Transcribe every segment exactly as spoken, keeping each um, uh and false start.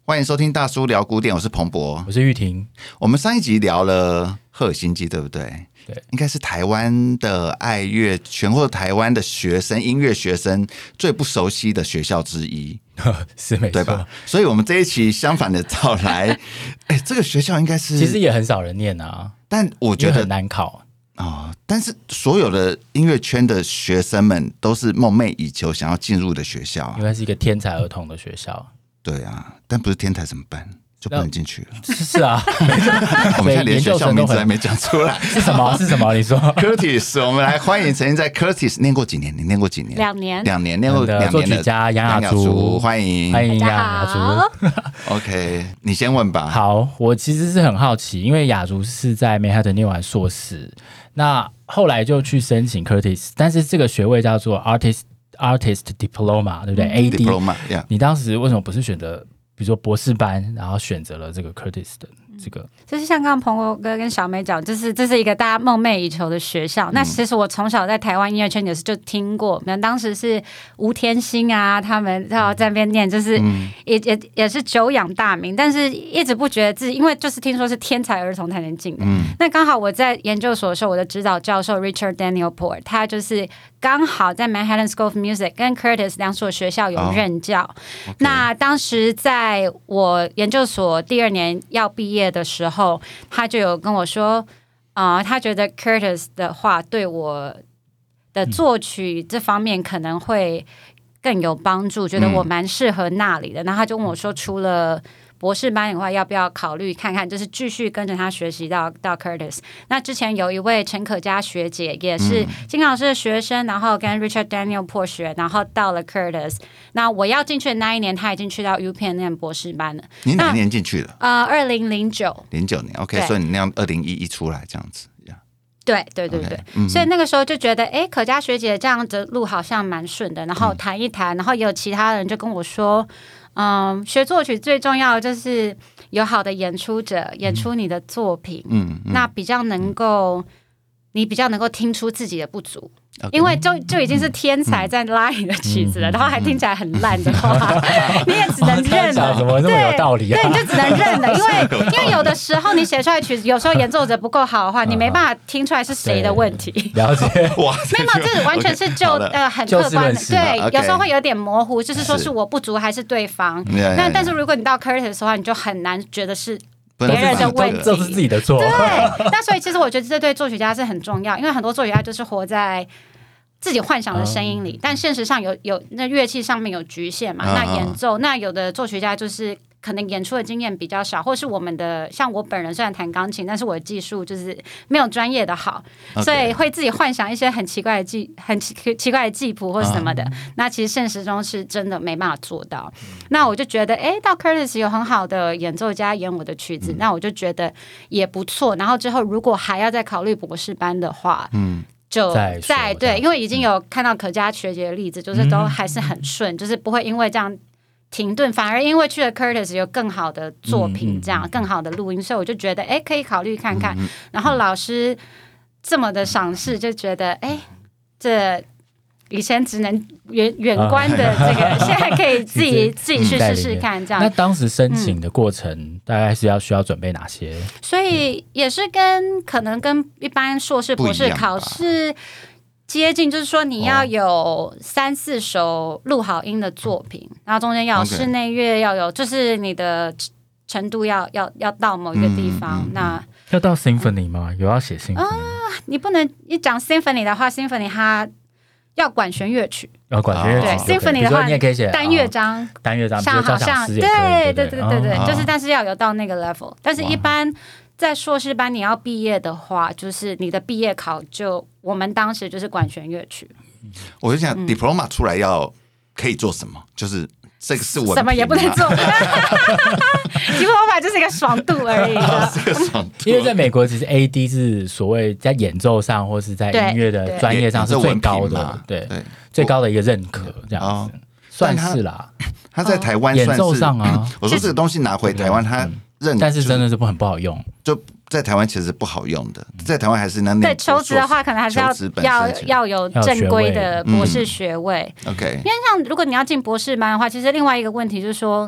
欢迎收听大叔聊古典，我是彭博， 我是玉婷。 我们上一集聊了赫尔辛基，对不对？ 对， 应该是台湾的爱乐圈或者台湾的学生、音乐学生最不熟悉的学校之一， 是没错， 对吧？所以我们这一期相反的找来，哎，这个学校应该是其实也很少人念啊， 但我觉得很难考哦。但是所有的音乐圈的学生们都是梦寐以求想要进入的学校、啊， 因为是一个天才儿童的学校。 对啊，但不是天才怎么办？就不能进去了。 是啊， 我们现在连学校名字还没讲出来， 是什么？是什么？你说 Curtis， 我们来欢迎曾经在 Curtis 念过几年？你念过几年？ 两年， 两年念过两年的作曲家杨雅竹， 欢迎欢迎杨雅竹。 OK， 你先问吧。 好，我其实是很好奇，因为雅竹是在曼哈顿念完硕士，那后来就去申请 Curtis， 但是这个学位叫做 Artist Artist Diploma， 对不对、嗯、？A D Diploma，yeah. 你当时为什么不是选择？比如说博士班，然后选择了这个 Curtis 的这个， 就是像刚刚彭国哥跟小美讲，就是这是一个大家梦寐以求的学校。嗯、那其实我从小在台湾音乐圈也是就听过，可能当时是吴天星啊，他们要在那边念，就是也、嗯、也也是久仰大名，但是一直不觉得自己，因为就是听说是天才儿童才能进的。嗯、那刚好我在研究所的时候，我的指导教授 Richard Daniel Port， 他就是刚好在 Manhattan School of Music 跟 Curtis 两所学校有任教。Oh, okay. 那当时在在我研究所第二年要毕业的时候，他就有跟我说，呃，他觉得 Curtis 的话对我的作曲这方面可能会更有帮助，觉得我蛮适合那里的。然后他就问我说，除了博士班的话，要不要考虑看看，就是继续跟着他学习到到 Curtis。那之前有一位陈可嘉学姐，也是金老师的学生，然后跟 Richard Daniel Port 学，然后到了 Curtis。那我要进去的那一年，他已经去到 U Penn 念博士班了。 你哪年进去的？ 呃，二零零九， 零九年 ，OK， 所以你那样二零一一出来这样子。 对对对对， okay, 嗯、所以那个时候就觉得，哎，可嘉学姐这样的路好像蛮顺的。然后谈一谈，然后也有其他人就跟我说，嗯，学作曲最重要的就是有好的演出者，演出你的作品，嗯，嗯那比较能够，你比较能够听出自己的不足。Okay. 因为就就已经是天才在拉你的曲子了，嗯、然后还听起来很烂的话，嗯、你也只能认了。 怎么这么有道理啊？ 对，对，你就只能认了，因为因为有的时候你写出来的曲子，有时候演奏者不够好的话，你没办法听出来是谁的问题。 了解， 哇， 没有，这完全是就呃很客观的，对， okay. 有时候会有点模糊，就是说是我不足还是对方。那但是如果你到 Curtis 的话，你就很难觉得是别人的问题， 这是自己的错。 对，那所以其实我觉得这对作曲家是很重要，因为很多作曲家就是活在自己幻想的声音里，嗯、但现实上有有那乐器上面有局限嘛？嗯、那演奏，那有的作曲家就是可能演出的经验比较少，或是我们的像我本人虽然弹钢琴，但是我的技术就是没有专业的好， okay. 所以会自己幻想一些很奇怪的记很奇奇怪的记谱或什么的。嗯、那其实现实中是真的没办法做到。嗯、那我就觉得，哎，到 Curtis 有很好的演奏家演我的曲子，嗯、那我就觉得也不错。然后之后如果还要再考虑博士班的话，嗯。就在对，因为已经有看到可嘉学姐的例子，就是都还是很顺，嗯、就是不会因为这样停顿，反而因为去了 Curtis 有更好的作品，这样、嗯、更好的录音，所以我就觉得，哎，可以考虑看看。嗯、然后老师这么的赏识，就觉得，哎，这以前只能远远观的这个，啊、现在可以自己自己去试试看，这样。 那当时申请的过程，嗯、大概是要需要准备哪些？ 所以也是跟可能跟一般硕士、博士考试接近，就是说你要有三四首录好音的作品，哦、然后中间要有室内乐，要有就是你的程度要要要到某一个地方，嗯、那要到 symphony 吗？嗯、有要写 symphony 啊？ 你不能一讲 symphony 的话 ，symphony 它要管弦乐曲， 要管弦乐曲。 对 ，symphony 的话， 你也可以写单乐章， 单乐章， 像好像对对对对对对，就是但是要有到那个 level。但是一般在硕士班你要毕业的话，就是你的毕业考就我们当时就是管弦乐曲。 我就想 diploma 出来要可以做什么，就是这个是我什么也不能做。diploma 就是一个爽度而已。 这个爽度， 因为在美国，其实 A D 是所谓在演奏上或是在音乐的专业上是最高的，对最高的一个认可，这样子算是啦。 他在台湾演奏上啊， 我说这个东西拿回台湾，他认， 但是真的是不很不好用， 就在台湾其实不好用的，在台湾还是那对求职的话，可能还是要要要有正规的博士学位。 OK， 因为像如果你要进博士班的话，其实另外一个问题就是说，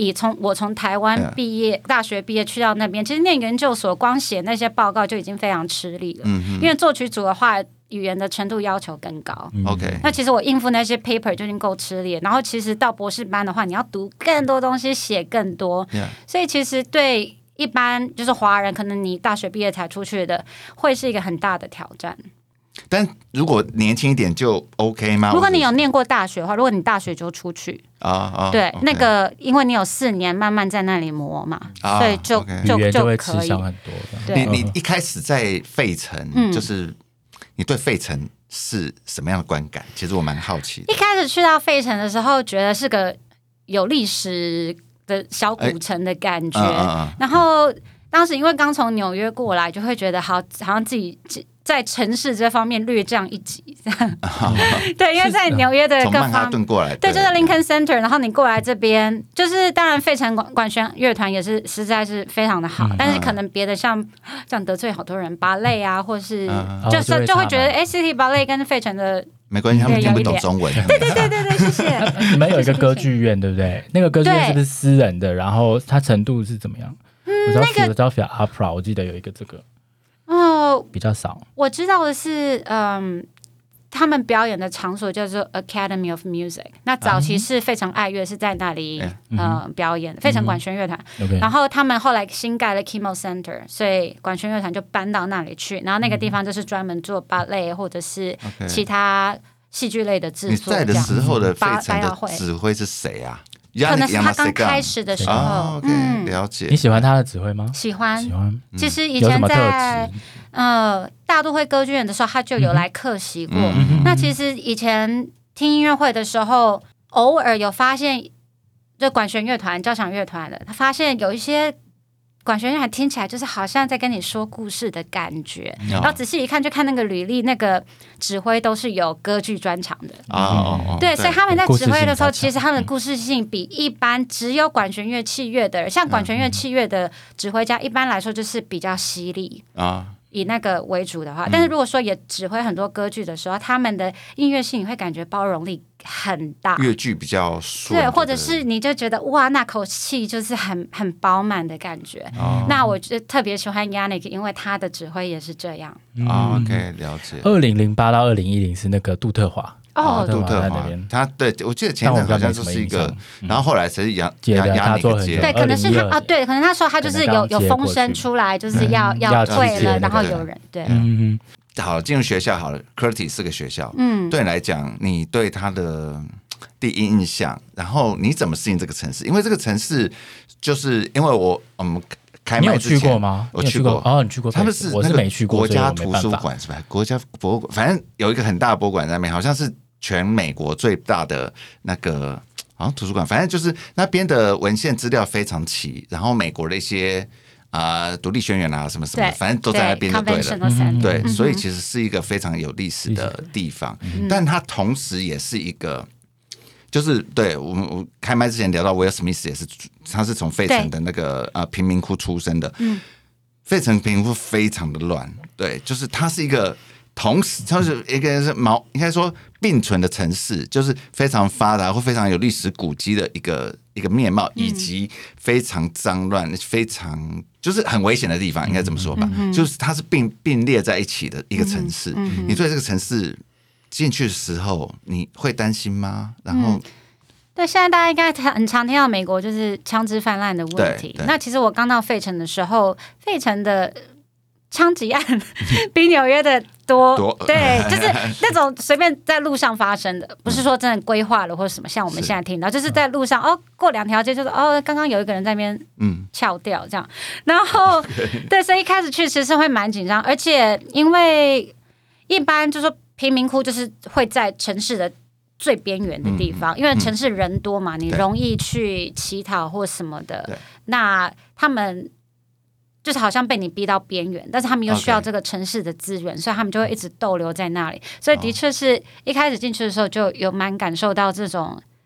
以从我从台湾毕业、yeah. 大学毕业去到那边，其实念研究所光写那些报告就已经非常吃力了。嗯、因为作曲组的话，语言的程度要求更高。 OK，、嗯、 那其实我应付那些 paper 就已经够吃力了，然后其实到博士班的话，你要读更多东西，写更多。 Yeah. 所以其实对一般就是华人，可能你大学毕业才出去的，会是一个很大的挑战。 但如果年轻一点就 OK 吗？ 如果你有念过大学的话，如果你大学就出去啊啊， 对， okay. 那个因为你有四年慢慢在那里磨嘛， 啊、 所以就、 okay. 就语言就会可以吃香很多的。 你你一开始在费城、嗯，就是你对费城是什么样的观感？其实我蛮好奇的。 一开始去到费城的时候，觉得是个有历史的小古城的感觉， 欸嗯嗯嗯、 然后当时因为刚从纽约过来，就会觉得好好像自己在城市这方面略降一级，这样。对，因为在纽约的各方， 从曼哈顿过来， 对，就是 Lincoln Center， 然后你过来这边，就是当然费城管管弦乐团也是实在是非常的好，嗯、但是可能别的像这样得罪好多人，芭蕾啊，或是、 嗯、 就是、哦、就会觉得哎 ，City 芭蕾跟费城的。 没关系，他们听不懂中文。 对对对对对，谢谢。 你们有一个歌剧院，对不对？那个歌剧院是不是私人的？然后它程度是怎么样？嗯、我知道 Philadelphia Opera， 我记得有一个这个。 哦， 比较少。 我知道的是，嗯，他们表演的场所叫做 Academy of Music。那早期是费城爱乐是在那里、嗯呃、表演的，费城管弦乐团、嗯。然后他们后来新盖了 Kimmel Center， 所以管弦乐团就搬到那里去。然后那个地方就是专门做芭蕾或者是其他戏剧类的制作。 你在的时候的费城的指挥是谁啊？ 可能是他刚开始的时候， 哦 okay, 嗯，了解。 你喜欢他的指挥吗？ 喜欢， 喜欢。 其实以前在呃大都会歌剧院的时候，他就有来客席过、嗯。那其实以前听音乐会的时候，偶尔有发现，就管弦乐团、交响乐团的，他发现有一些管弦乐团听起来就是好像在跟你说故事的感觉。嗯、然后仔细一看，就看那个履历，那个指挥都是有歌剧专场的。 哦、 嗯，对，所以他们在指挥的时候，其实他们的故事性比一般只有管弦乐器乐的，像管弦乐器乐的指挥家，一般来说就是比较犀利啊。以那个为主的话，但是如果说也指挥很多歌剧的时候，他们的音乐性你会感觉包容力很大， 乐句比较顺， 对，或者是你就觉得哇，那口气就是很很饱满的感觉。哦、那我就特别喜欢 Yannick， 因为他的指挥也是这样。 嗯哦、OK， 了解。 二零零八到二零一零是那个杜特华。 哦， 杜特华，他对我记得前阵好像就是一个，然后后来才是杨杨杨尼克接， 对，可能是他啊，对，可能那时候他就是有有风声出来，就是要要退了，然后有人对， 嗯， 好，进入学校好了 ，Curtis 是个学校，嗯，对你来讲，你对他的第一印象，然后你怎么适应这个城市？因为这个城市就是因为我我们。开你有去过吗？ 我去过哦，你去过。 他们是我是没去过， 国家图书馆是吧？国家博物馆，反正有一个很大的博物馆在那边，好像是全美国最大的那个好像图书馆。反正就是那边的文献资料非常齐，然后美国的一些啊、呃、独立宣言啊什么什么，反正都在那边就对了。 嗯、 对，所以其实是一个非常有历史的地方，嗯、但它同时也是一个。就是对我们我开麦之前聊到威尔史密斯也是，他是从费城的那个呃贫民窟出生的，嗯，费城贫民窟非常的乱，对，就是它是一个同时它是一个是毛应该说并存的城市，就是非常发达或非常有历史古迹的一个一个面貌，以及非常脏乱、非常就是很危险的地方，应该这么说吧，嗯、就是它是并并列在一起的一个城市，嗯、你对这个城市。进去的时候你会担心吗？然后、嗯、 对，现在大家应该很常听到美国就是枪支泛滥的问题。那其实我刚到费城的时候，费城的枪击案比纽约的多，多对，就是那种随便在路上发生的，不是说真的规划了或者什么，像我们现在听到，就是在路上哦，过两条街就是哦，刚刚有一个人在那边嗯撬掉这样，然后对，所以一开始去其实会蛮紧张，而且因为一般就是说。贫民窟就是会在城市的最边缘的地方，嗯、因为城市人多嘛，嗯、你容易去乞讨或什么的。那他们就是好像被你逼到边缘，但是他们又需要这个城市的资源， okay. 所以他们就会一直逗留在那里。所以的确是一开始进去的时候就有蛮感受到这种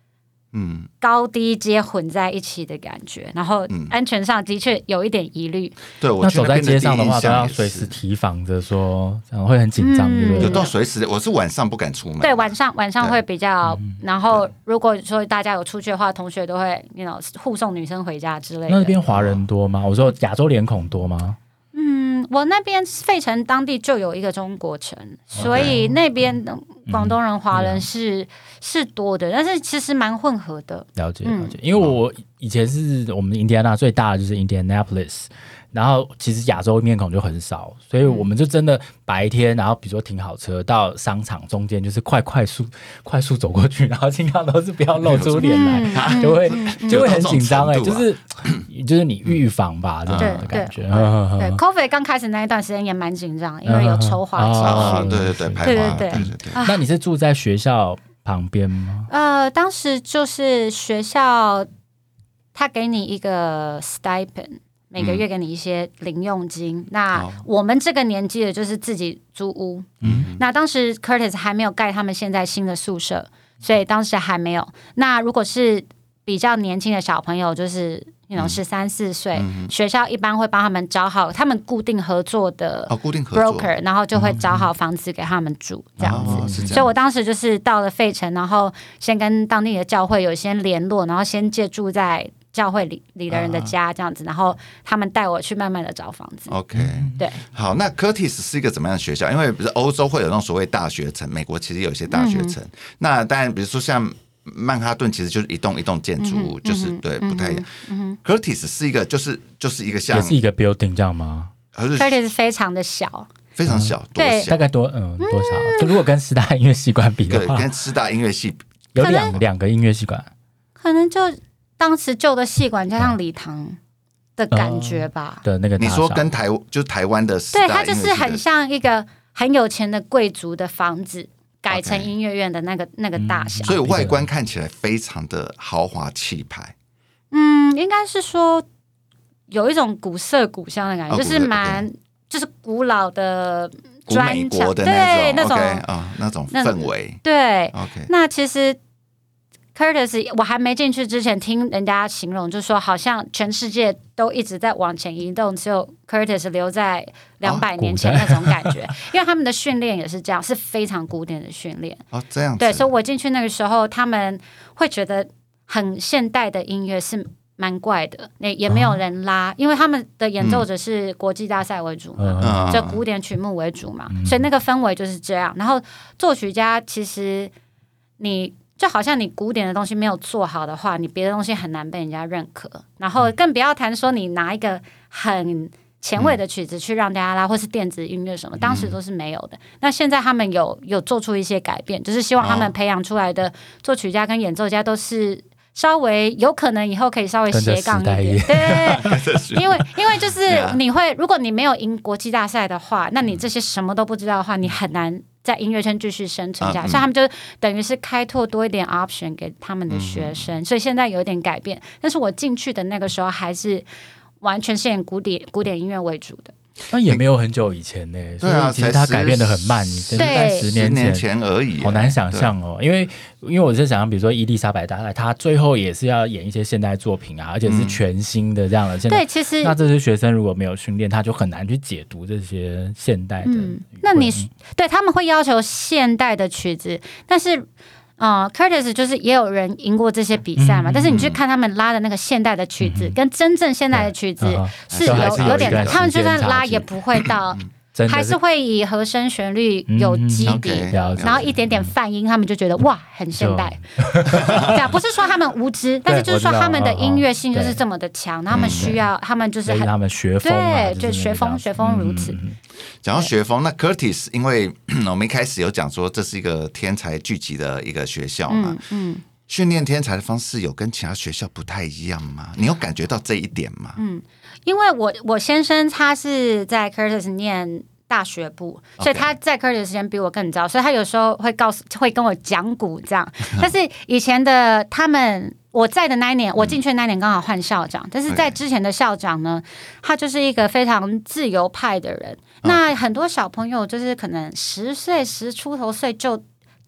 嗯，高低阶混在一起的感觉，然后安全上的确有一点疑虑。 对，我那走在街上的话，都要随时提防着说，这样会很紧张，对不对？ 有到随时，我是晚上不敢出门。 对，晚上晚上会比较，然后如果说大家有出去的话，同学都会 you know 护送女生回家之类的。 那边华人多吗？我说亚洲脸孔多吗？ 嗯，我那边费城当地就有一个中国城，所以那边的广东人、华人是、嗯、是多的，但是其实蛮混合的。 了解了解，因为我以前是我们印第安纳最大的就是 Indianapolis。然后其实亚洲面孔就很少，所以我们就真的白天，然后比如说停好车到商场中间，就是快快速快速走过去，然后尽量都是不要露出脸来，嗯、就会、嗯、就会很紧张哎、欸，就是就是你预防吧、嗯、这样的感觉。 对, 对, 对 ，COVID 刚开始那一段时间也蛮紧张，因为有抽滑情绪、 哦，对对对，排对对对对。 那你是住在学校旁边吗？ 呃，当时就是学校，他给你一个 stipend。每个月给你一些零用金、嗯、那我们这个年纪的就是自己租屋、嗯、那当时 Curtis 还没有盖他们现在新的宿舍，所以当时还没有。那如果是比较年轻的小朋友，就是那种十三四岁，学校一般会帮他们找好他们固定合作的 broker、哦、然后就会找好房子给他们住、嗯、这样子、哦、所以我当时就是到了费城，然后先跟当地的教会有先联络，然后先借住在教会里里的人的家这样子，然后他们带我去慢慢的找房子。 OK， 对， 好，那 Curtis 是一个怎么样的学校？因为比如欧洲会有那种所谓大学城，美国其实有一些大学城。嗯、那当然，比如说像曼哈顿，其实就是一栋一栋建筑物，嗯、就是、嗯、对不太一样。嗯、Curtis 是一个，就是就是一个像， 也是一个 building 这样吗 ？Curtis 非常的小。 非常小， 嗯、对， 大概多嗯多少？就如果跟师大音乐系馆比的话， 跟师大音乐系有两两个音乐系馆， 可能就。当时旧的戏馆加上礼堂的感觉吧， 嗯、的那个你说跟台就是台湾的， 对，它就是很像一个很有钱的贵族的房子改成音乐院的那个、okay. 那个大小、 嗯，所以外观看起来非常的豪华气派。 嗯，应该是说有一种古色古香的感觉，哦、就是蛮、okay. 就是古老的砖美国的对那种啊、okay, 哦、那种氛围。 对 ，OK， 那其实。Curtis 我还没进去之前听人家形容，就说好像全世界都一直在往前移动，只有 Curtis 留在两百年前那种感觉、哦、因为他们的训练也是这样，是非常古典的训练哦，这样子。 对，所以我进去那个时候他们会觉得很现代的音乐是蛮怪的，也没有人拉、哦、因为他们的演奏者是国际大赛为主嘛、嗯、就古典曲目为主嘛、嗯、所以那个氛围就是这样。然后作曲家其实你就好像你古典的东西没有做好的话，你别的东西很难被人家认可，然后更不要谈说你拿一个很前卫的曲子去让大家拉，或是电子音乐什么，当时都是没有的。那现在他们有有做出一些改变，就是希望他们培养出来的作曲家跟演奏家都是稍微有可能以后可以稍微斜杠一点，对，因为因为就是你会，如果你没有赢国际大赛的话，那你这些什么都不知道的话，你很难在音乐圈继续生存下来，嗯、所以他们就等于是开拓多一点 option 给他们的学生，嗯、所以现在有点改变。但是我进去的那个时候还是完全是以古典古典音乐为主的。 那也没有很久以前呢、欸，所以其实它改变得很慢，对，在十年前, 前而已， 好难想象哦。因为因为我是想象，比如说伊丽莎白大赛，她最后也是要演一些现代作品啊，而且是全新的这样的。嗯、 对，其实那这些学生如果没有训练，他就很难去解读这些现代的。嗯， 那你对他们会要求现代的曲子，但是。呃 Curtis 就是也有人赢过这些比赛嘛、嗯，但是你去看他们拉的那个现代的曲子，嗯、跟真正现代的曲子是有、嗯、有点，他们就算拉也不会到。是还是会以和声旋律有基底、嗯 okay, 然后一点点泛音，他们就觉得哇很现代。这样不是说他们无知，但是就是说他们的音乐性就是这么的强，他们需要、嗯、他们就是很他们学风、啊， 对，就学风学风如此。 讲、嗯、到学风，那 Curtis 因为我们一开始有讲说这是一个天才聚集的一个学校嘛，嗯。嗯训练天才的方式有跟其他学校不太一样吗？你有感觉到这一点吗？嗯， 因为我我先生他是在 Curtis 念大学部，所以他在 Curtis 时间比我更早，所以他有时候会告诉会跟我讲古这样。但是以前的他们，我在的那一年，我进去的那一年刚好换校长，但是在之前的校长呢，他就是一个非常自由派的人。那很多小朋友就是可能十岁十出头岁就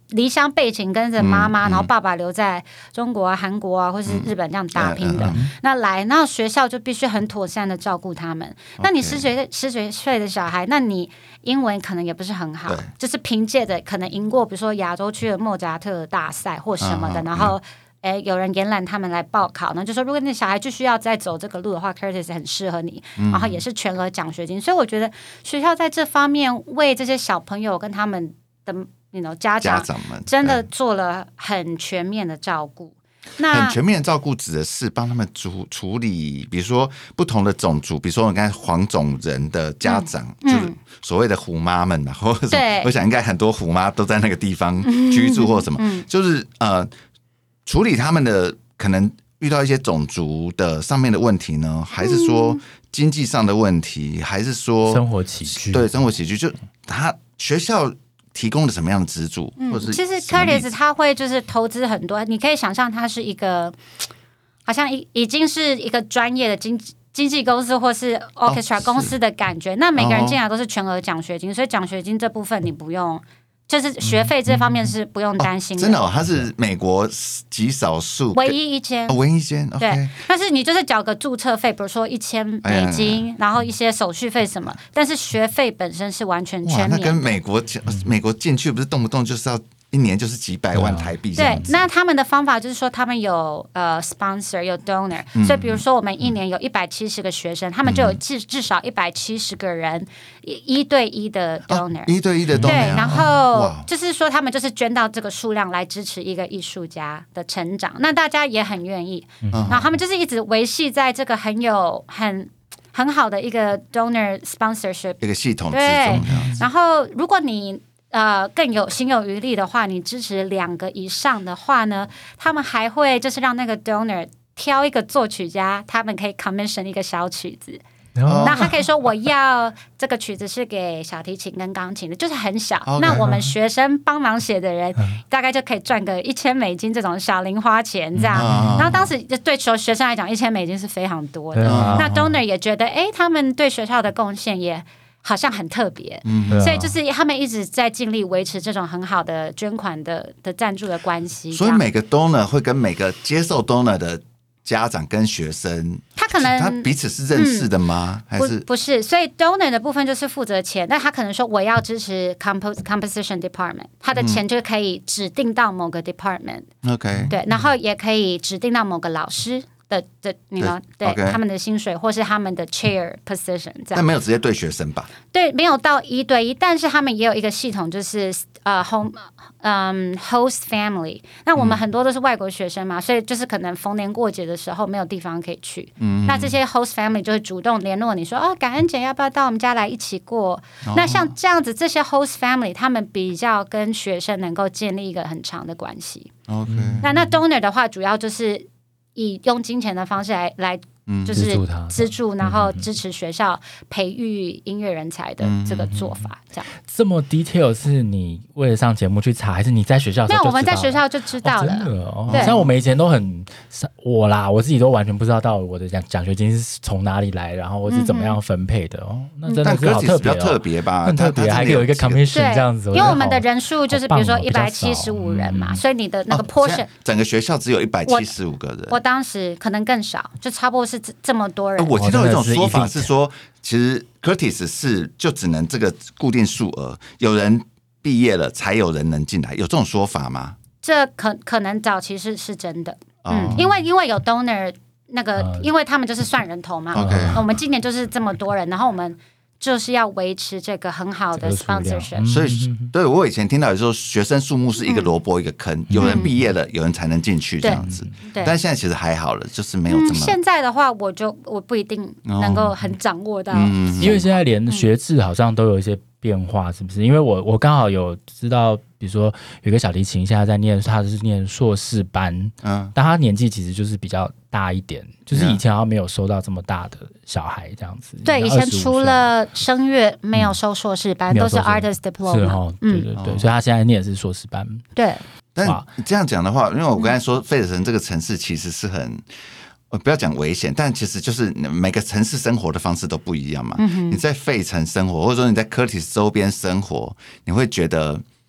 离乡背景跟着妈妈、 嗯嗯、 然后爸爸留在中国啊、韩国啊或是日本这样打拼的、嗯嗯嗯、那来那学校就必须很妥善的照顾他们、okay. 那你十岁十岁岁的小孩，那你英文可能也不是很好，就是凭借着可能赢过比如说亚洲区的莫扎特大赛或什么的、嗯、然后哎，有人延揽他们来报考，然后就说如果你小孩继续要再走这个路的话 Curtis 很适合你、嗯、然后也是全额奖学金，所以我觉得学校在这方面为这些小朋友跟他们的you know, 家长真的做了很全面的照顾。那很全面的照顾指的是帮他们处处理，比如说不同的种族，比如说我刚才黄种人的家长，嗯、就是所谓的虎妈们嘛，或者什么，我想应该很多虎妈都在那个地方居住或什么，嗯、就是呃。处理他们的可能遇到一些种族的上面的问题呢，还是说经济上的问题，还是说生活起居？对， 生活起居，就他学校提供了什么样的资助？嗯，或者是其实 Curtis 他会就是投资很多，你可以想象他是一个好像已已经是一个专业的经经纪公司或是 orchestra 公司的感觉。哦、那每个人进来都是全额奖学金，所以奖学金这部分你不用。就是学费这方面是不用担心的、 哦、真的、哦，它是美国极少数唯一一间、 哦，唯一一间。 对， okay. 但是你就是缴个注册费，比如说一千美金、哎，然后一些手续费什么，但是学费本身是完全全免的。 那跟美国美国进去不是动不动就是要一年就是几百万台币这样子。 对，那他们的方法就是说，他们有呃 sponsor 有 donor，、嗯、所以比如说我们一年有一百七十个学生，嗯、他们就有至至少一百七十个人一对一的 donor，、哦、 一对一的 donor， 对，然后就是说他们就是捐到这个数量来支持一个艺术家的成长，那大家也很愿意，嗯、然后他们就是一直维系在这个很有很。很好的一个 donor sponsorship 一个系统之中， 对，然后如果你呃，更有心有余力的话，你支持两个以上的话呢，他们还会就是让那个 donor 挑一个作曲家，他们可以 commission 一个小曲子。Oh. 那他可以说我要这个曲子是给小提琴跟钢琴的，就是很小。Okay. 那我们学生帮忙写的人，大概就可以赚个一千美金这种小零花钱这样。Oh. 然后当时对学生来讲，一千美金是非常多的。Oh. 那 donor 也觉得，哎，他们对学校的贡献也好像很特别，嗯、所以就是他们一直在尽力维持这种很好的捐款的的赞助的关系。 所以每个 donor 会跟每个接受 donor 的家长跟学生， 他可能他彼此是认识的吗？嗯、还是不, 不是？所以 donor 的部分就是负责钱，但他可能说我要支持 compos composition department， 他的钱就可以指定到某个 department，OK，、嗯、对，然后也可以指定到某个老师。的的，你们对、okay. 他们的薪水，或是他们的 chair position 这样， 但没有直接对学生吧？ 对，没有到一对一，但是他们也有一个系统，就是呃 home 嗯、um, host family。那我们很多都是外国学生嘛，嗯、所以就是可能逢年过节的时候没有地方可以去，嗯、那这些 host family 就会主动联络你说，哦，感恩节要不要到我们家来一起过？哦、那像这样子，这些 host family 他们比较跟学生能够建立一个很长的关系。 OK， 那那 donor 的话，主要就是以用金钱的方式来来，就是资助，然后支持学校培育音乐人才的这个做法，这样。 这么 detail 是你为了上节目去查，还是你在学校的时候就知道了？ 没有，我们在学校就知道了。 哦、真的哦，对，像我们以前都很我啦，我自己都完全不知道到我的奖奖学金是从哪里来，然后我是怎么样分配的哦。嗯、那真的是好特别、哦， 比较特别吧， 很特别，还可以有一个 commission 这样子。 因为我们的人数就是比如说一百七十五人嘛，所以你的那个 portion，、哦、 整个学校只有一百七十五个人。 我, 我当时可能更少，就差不多是这么多人。 我听到有一种说法是说，其实 Curtis 是就只能这个固定数额，有人毕业了才有人能进来，有这种说法吗？ 这可可能早期是是真的，哦、嗯，因为因为有 donor 那个，嗯、因为他们就是算人头嘛， okay. 我们今年就是这么多人，然后我们就是要维持这个很好的 sponsorship，、嗯、 所以对我以前听到有时候学生数目是一个萝卜一个坑，嗯、有人毕业了，有人才能进去这样子。对，但现在其实还好了，就是没有这么。嗯、 现在的话，我就我不一定能够很掌握到， 嗯、因为现在连学制好像都有一些变化，是不是？因为我我刚好有知道，比如说有一个小提琴现在在念，他是念硕士班，嗯，但他年纪其实就是比较大一点，就是以前好像没有收到这么大的小孩这样子。 对，以前除了声乐没有收硕士班，嗯、都是 artist diploma。 是哦，对对对，嗯、所以他现在念的是硕士班。 对， 但你这样讲的话，因为我刚才说费城这个城市其实是很。不要讲危险，但其实就是每个城市生活的方式都不一样嘛。嗯、你在费城生活，或者说你在 Curtis 周边生活，你会觉得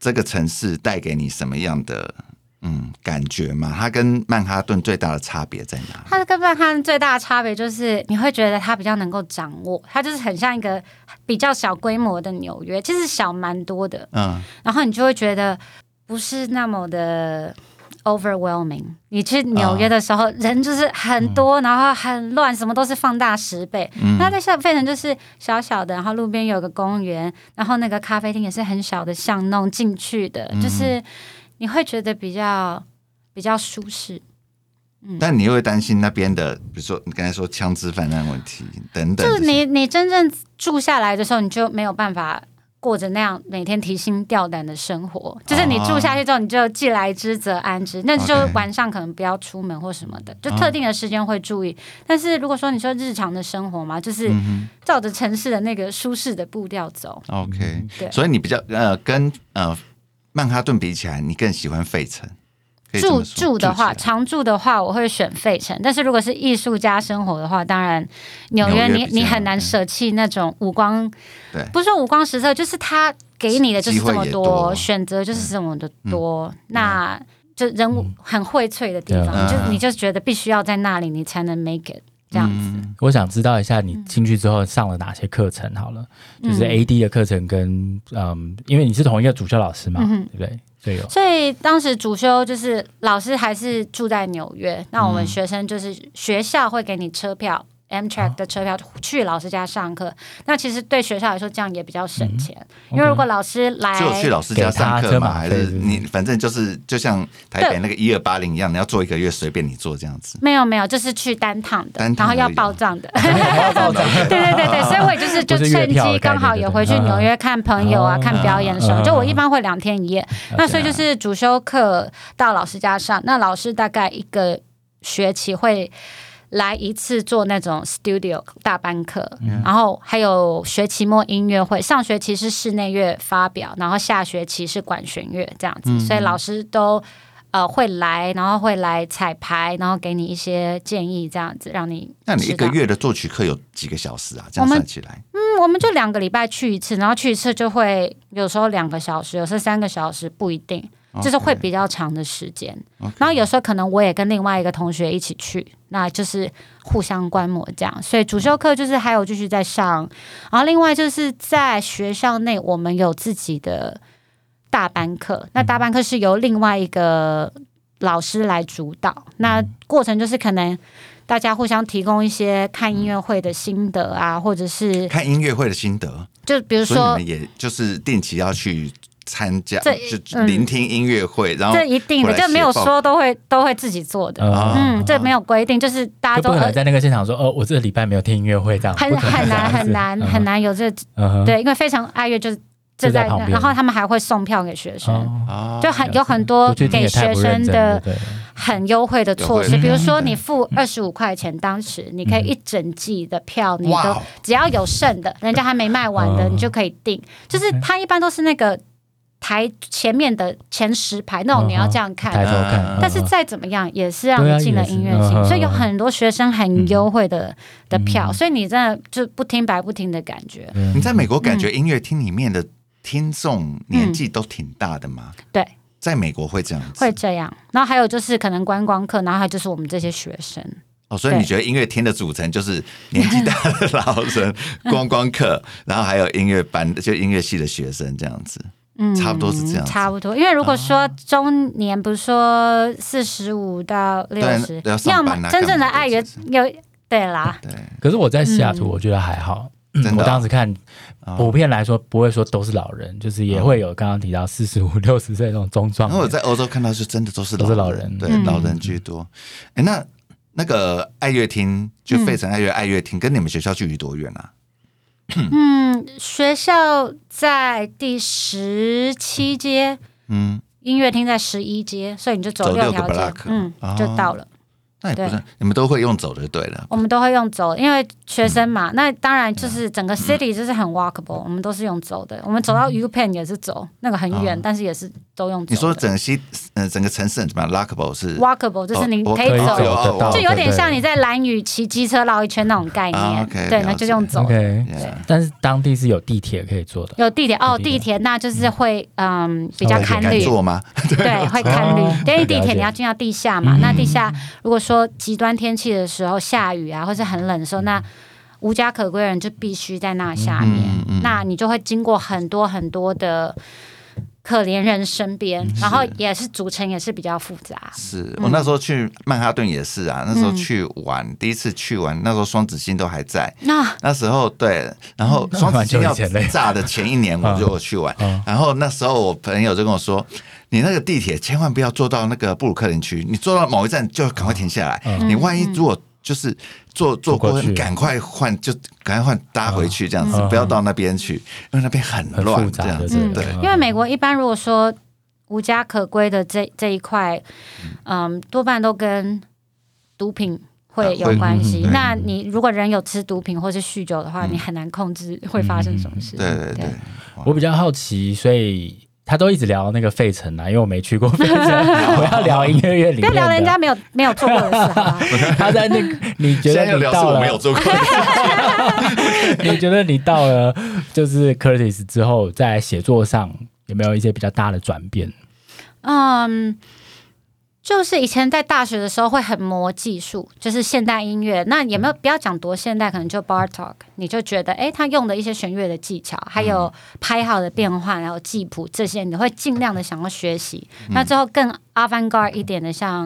这个城市带给你什么样的嗯感觉吗？它跟曼哈顿最大的差别在哪？ 它跟曼哈顿最大的差别就是你会觉得它比较能够掌握，它就是很像一个比较小规模的纽约，其实小蛮多的，嗯，然后你就会觉得不是那么的overwhelming。你去纽约的时候，哦、人就是很多，然后很乱，什么都是放大十倍。嗯、那在下费城就是小小的，然后路边有个公园，然后那个咖啡厅也是很小的巷弄进去的，嗯、就是你会觉得比较比较舒适。 嗯、但你又会担心那边的，比如说你刚才说枪支泛滥问题等等。 就是你你真正住下来的时候，你就没有办法过着那样每天提心吊胆的生活，就是你住下去之后，你就既来之则安之。那就晚上可能不要出门或什么的，就特定的时间会注意。但是如果说你说日常的生活嘛，就是照着城市的那个舒适的步调走。 OK， 对，所以你比较呃跟呃曼哈顿比起来，你更喜欢费城。 住住的话，常住的话，我会选费城。但是如果是艺术家生活的话，当然纽约你你很难舍弃那种五光，对，不是说五光十色，就是它给你的就是这么多选择，就是这么的多，嗯、那就人物很荟萃的地方，嗯、就你就觉得必须要在那里，你才能 make it 这样子。 嗯、我想知道一下，你进去之后上了哪些课程？好了，嗯、就是 A D 的课程跟嗯，因为你是同一个主修老师嘛，嗯、对不对？ 所以当时主修就是老师还是住在纽约，那我们学生就是学校会给你车票、嗯、Amtrak 的车票去老师家上课。那其实对学校来说这样也比较省钱，嗯、因为如果老师来就去老师家上课嘛，还是你反正就是就像台北那个一二八零一样，你要做一个月随便你做这样子。 没有没有，就是去单趟的， 单趟然后要报账的。对对对对，所以我也就是就趁机刚好也回去纽约看朋友啊，看表演什么。就我一般会两天一夜，那所以就是主修课到老师家上，那老师大概一个学期会来一次做那种 studio 大班课，嗯、然后还有学期末音乐会，上学期是室内乐发表，然后下学期是管弦乐这样子，嗯、所以老师都呃会来，然后会来彩排，然后给你一些建议这样子，让你。 那你一个月的作曲课有几个小时啊？这样算起来， 嗯，我们就两个礼拜去一次，然后去一次就会有时候两个小时，有时候三个小时，不一定。就是会比较长的时间， okay. 然后有时候可能我也跟另外一个同学一起去，那就是互相观摩这样。所以主修课就是还有继续在上，然后另外就是在学校内我们有自己的大班课，那大班课是由另外一个老师来主导，那过程就是可能大家互相提供一些看音乐会的心得啊，或者是看音乐会的心得， 就比如说， 所以你们也就是定期要去参加，就聆听音乐会，嗯、然后这一定的就没有说都会都会自己做的，哦、嗯，这没有规定，就是大家都不可能在那个现场说，哦，我这个礼拜没有听音乐会这样， 很很难很难、嗯、很难有这，嗯、对，因为非常爱乐就是就在那，然后他们还会送票给学生，哦、就很有很多给学生的很优惠的措施，比如说你付二十五块钱，当时你可以一整季的票，你都只要有剩的，人家还没卖完的，你就可以订，就是他一般都是那个。台前面的前十排那种你要这样看， 抬头看， 但是再怎么样也是让你进了音乐厅，啊、所以有很多学生很优惠的、嗯、的票，所以你真的就不听白不听的感觉。 你在美国感觉音乐厅里面的听众年纪都挺大的吗？ 嗯、对， 在美国会这样子， 会这样。然后还有就是可能观光客，然后还有就是我们这些学生。 哦，所以你觉得音乐厅的组成就是年纪大的老人、观光客，然后还有音乐班，就音乐系的学生这样子。嗯，差不多是这样， 差不多。因为如果说中年，不是说四十五到六十，要么真正的爱乐有对啦。对。 可是我在西雅图，我觉得还好。嗯、我当时看，普遍来说不会说都是老人，就是也会有刚刚提到四十五、六十岁那种中壮。 然后我在欧洲看到是真的都是都是老人， 对，嗯、老人居多。哎，那那个爱乐厅，就费城爱乐爱乐厅，跟你们学校距离多远啊？ 嗯，学校在第十七街，嗯，音乐厅在十一街，所以你就走六条街，嗯，哦、就到了。 那也不是，你们都会用走的就对了。 我们都会用走，因为学生嘛，嗯、那当然就是整个 city 就是很 walkable，、嗯、我们都是用走的。我们走到 U Penn 也是走，那个很远，哦、但是也是都用走的。 你说整个西呃整个城市怎么样 ？walkable 是 walkable， 就是你可以走，哦、就有点像你在兰屿骑机车绕一圈那种概念。啊、okay, 对，那就用走的。 Okay, 但是当地是有地铁可以坐的。 有地铁哦，地铁那就是会嗯比较堪虑。 坐吗？ 对，会堪虑。因为地铁你要进到地下嘛，那地下如果说极端天气的时候下雨啊，或是很冷的时候，那无家可归的人就必须在那下面，嗯嗯、那你就会经过很多很多的可怜人身边，然后也是组成也是比较复杂。 是我那时候去曼哈顿也是啊，那时候去玩，嗯、第一次去玩，那时候双子星都还在。那那时候对，然后双子星要炸的前一年我就去玩，嗯、然后那时候我朋友就跟我说。你那个地铁千万不要坐到那个布鲁克林区，你坐到某一站就赶快停下来。嗯、你万一如果就是坐坐过，赶快换就赶快换搭回去这样子，嗯、不要到那边去，因为那边很乱这样子。对， 因为美国一般如果说无家可归的这这一块，嗯，多半都跟毒品会有关系。啊、那你如果人有吃毒品或是酗酒的话，嗯、你很难控制会发生什么事。 对对对， 我比较好奇，所以。他都一直聊那个费城啊，因为我没去过费城，我要聊音乐院里面的。 别聊人家没有没有做过的事啊！ 他在那个，你觉得你到了？ 我没有做过。 你觉得你到了就是 Curtis 之后，在写作上有没有一些比较大的转变？ 嗯。就是以前在大学的时候会很磨技术，就是现代音乐，那也没有不要讲多现代，可能就 Bartok， 你就觉得哎，他用的一些弦乐的技巧，还有拍号的变换，然后记谱这些，你会尽量的想要学习。嗯、那之后更 avant-garde 一点的，像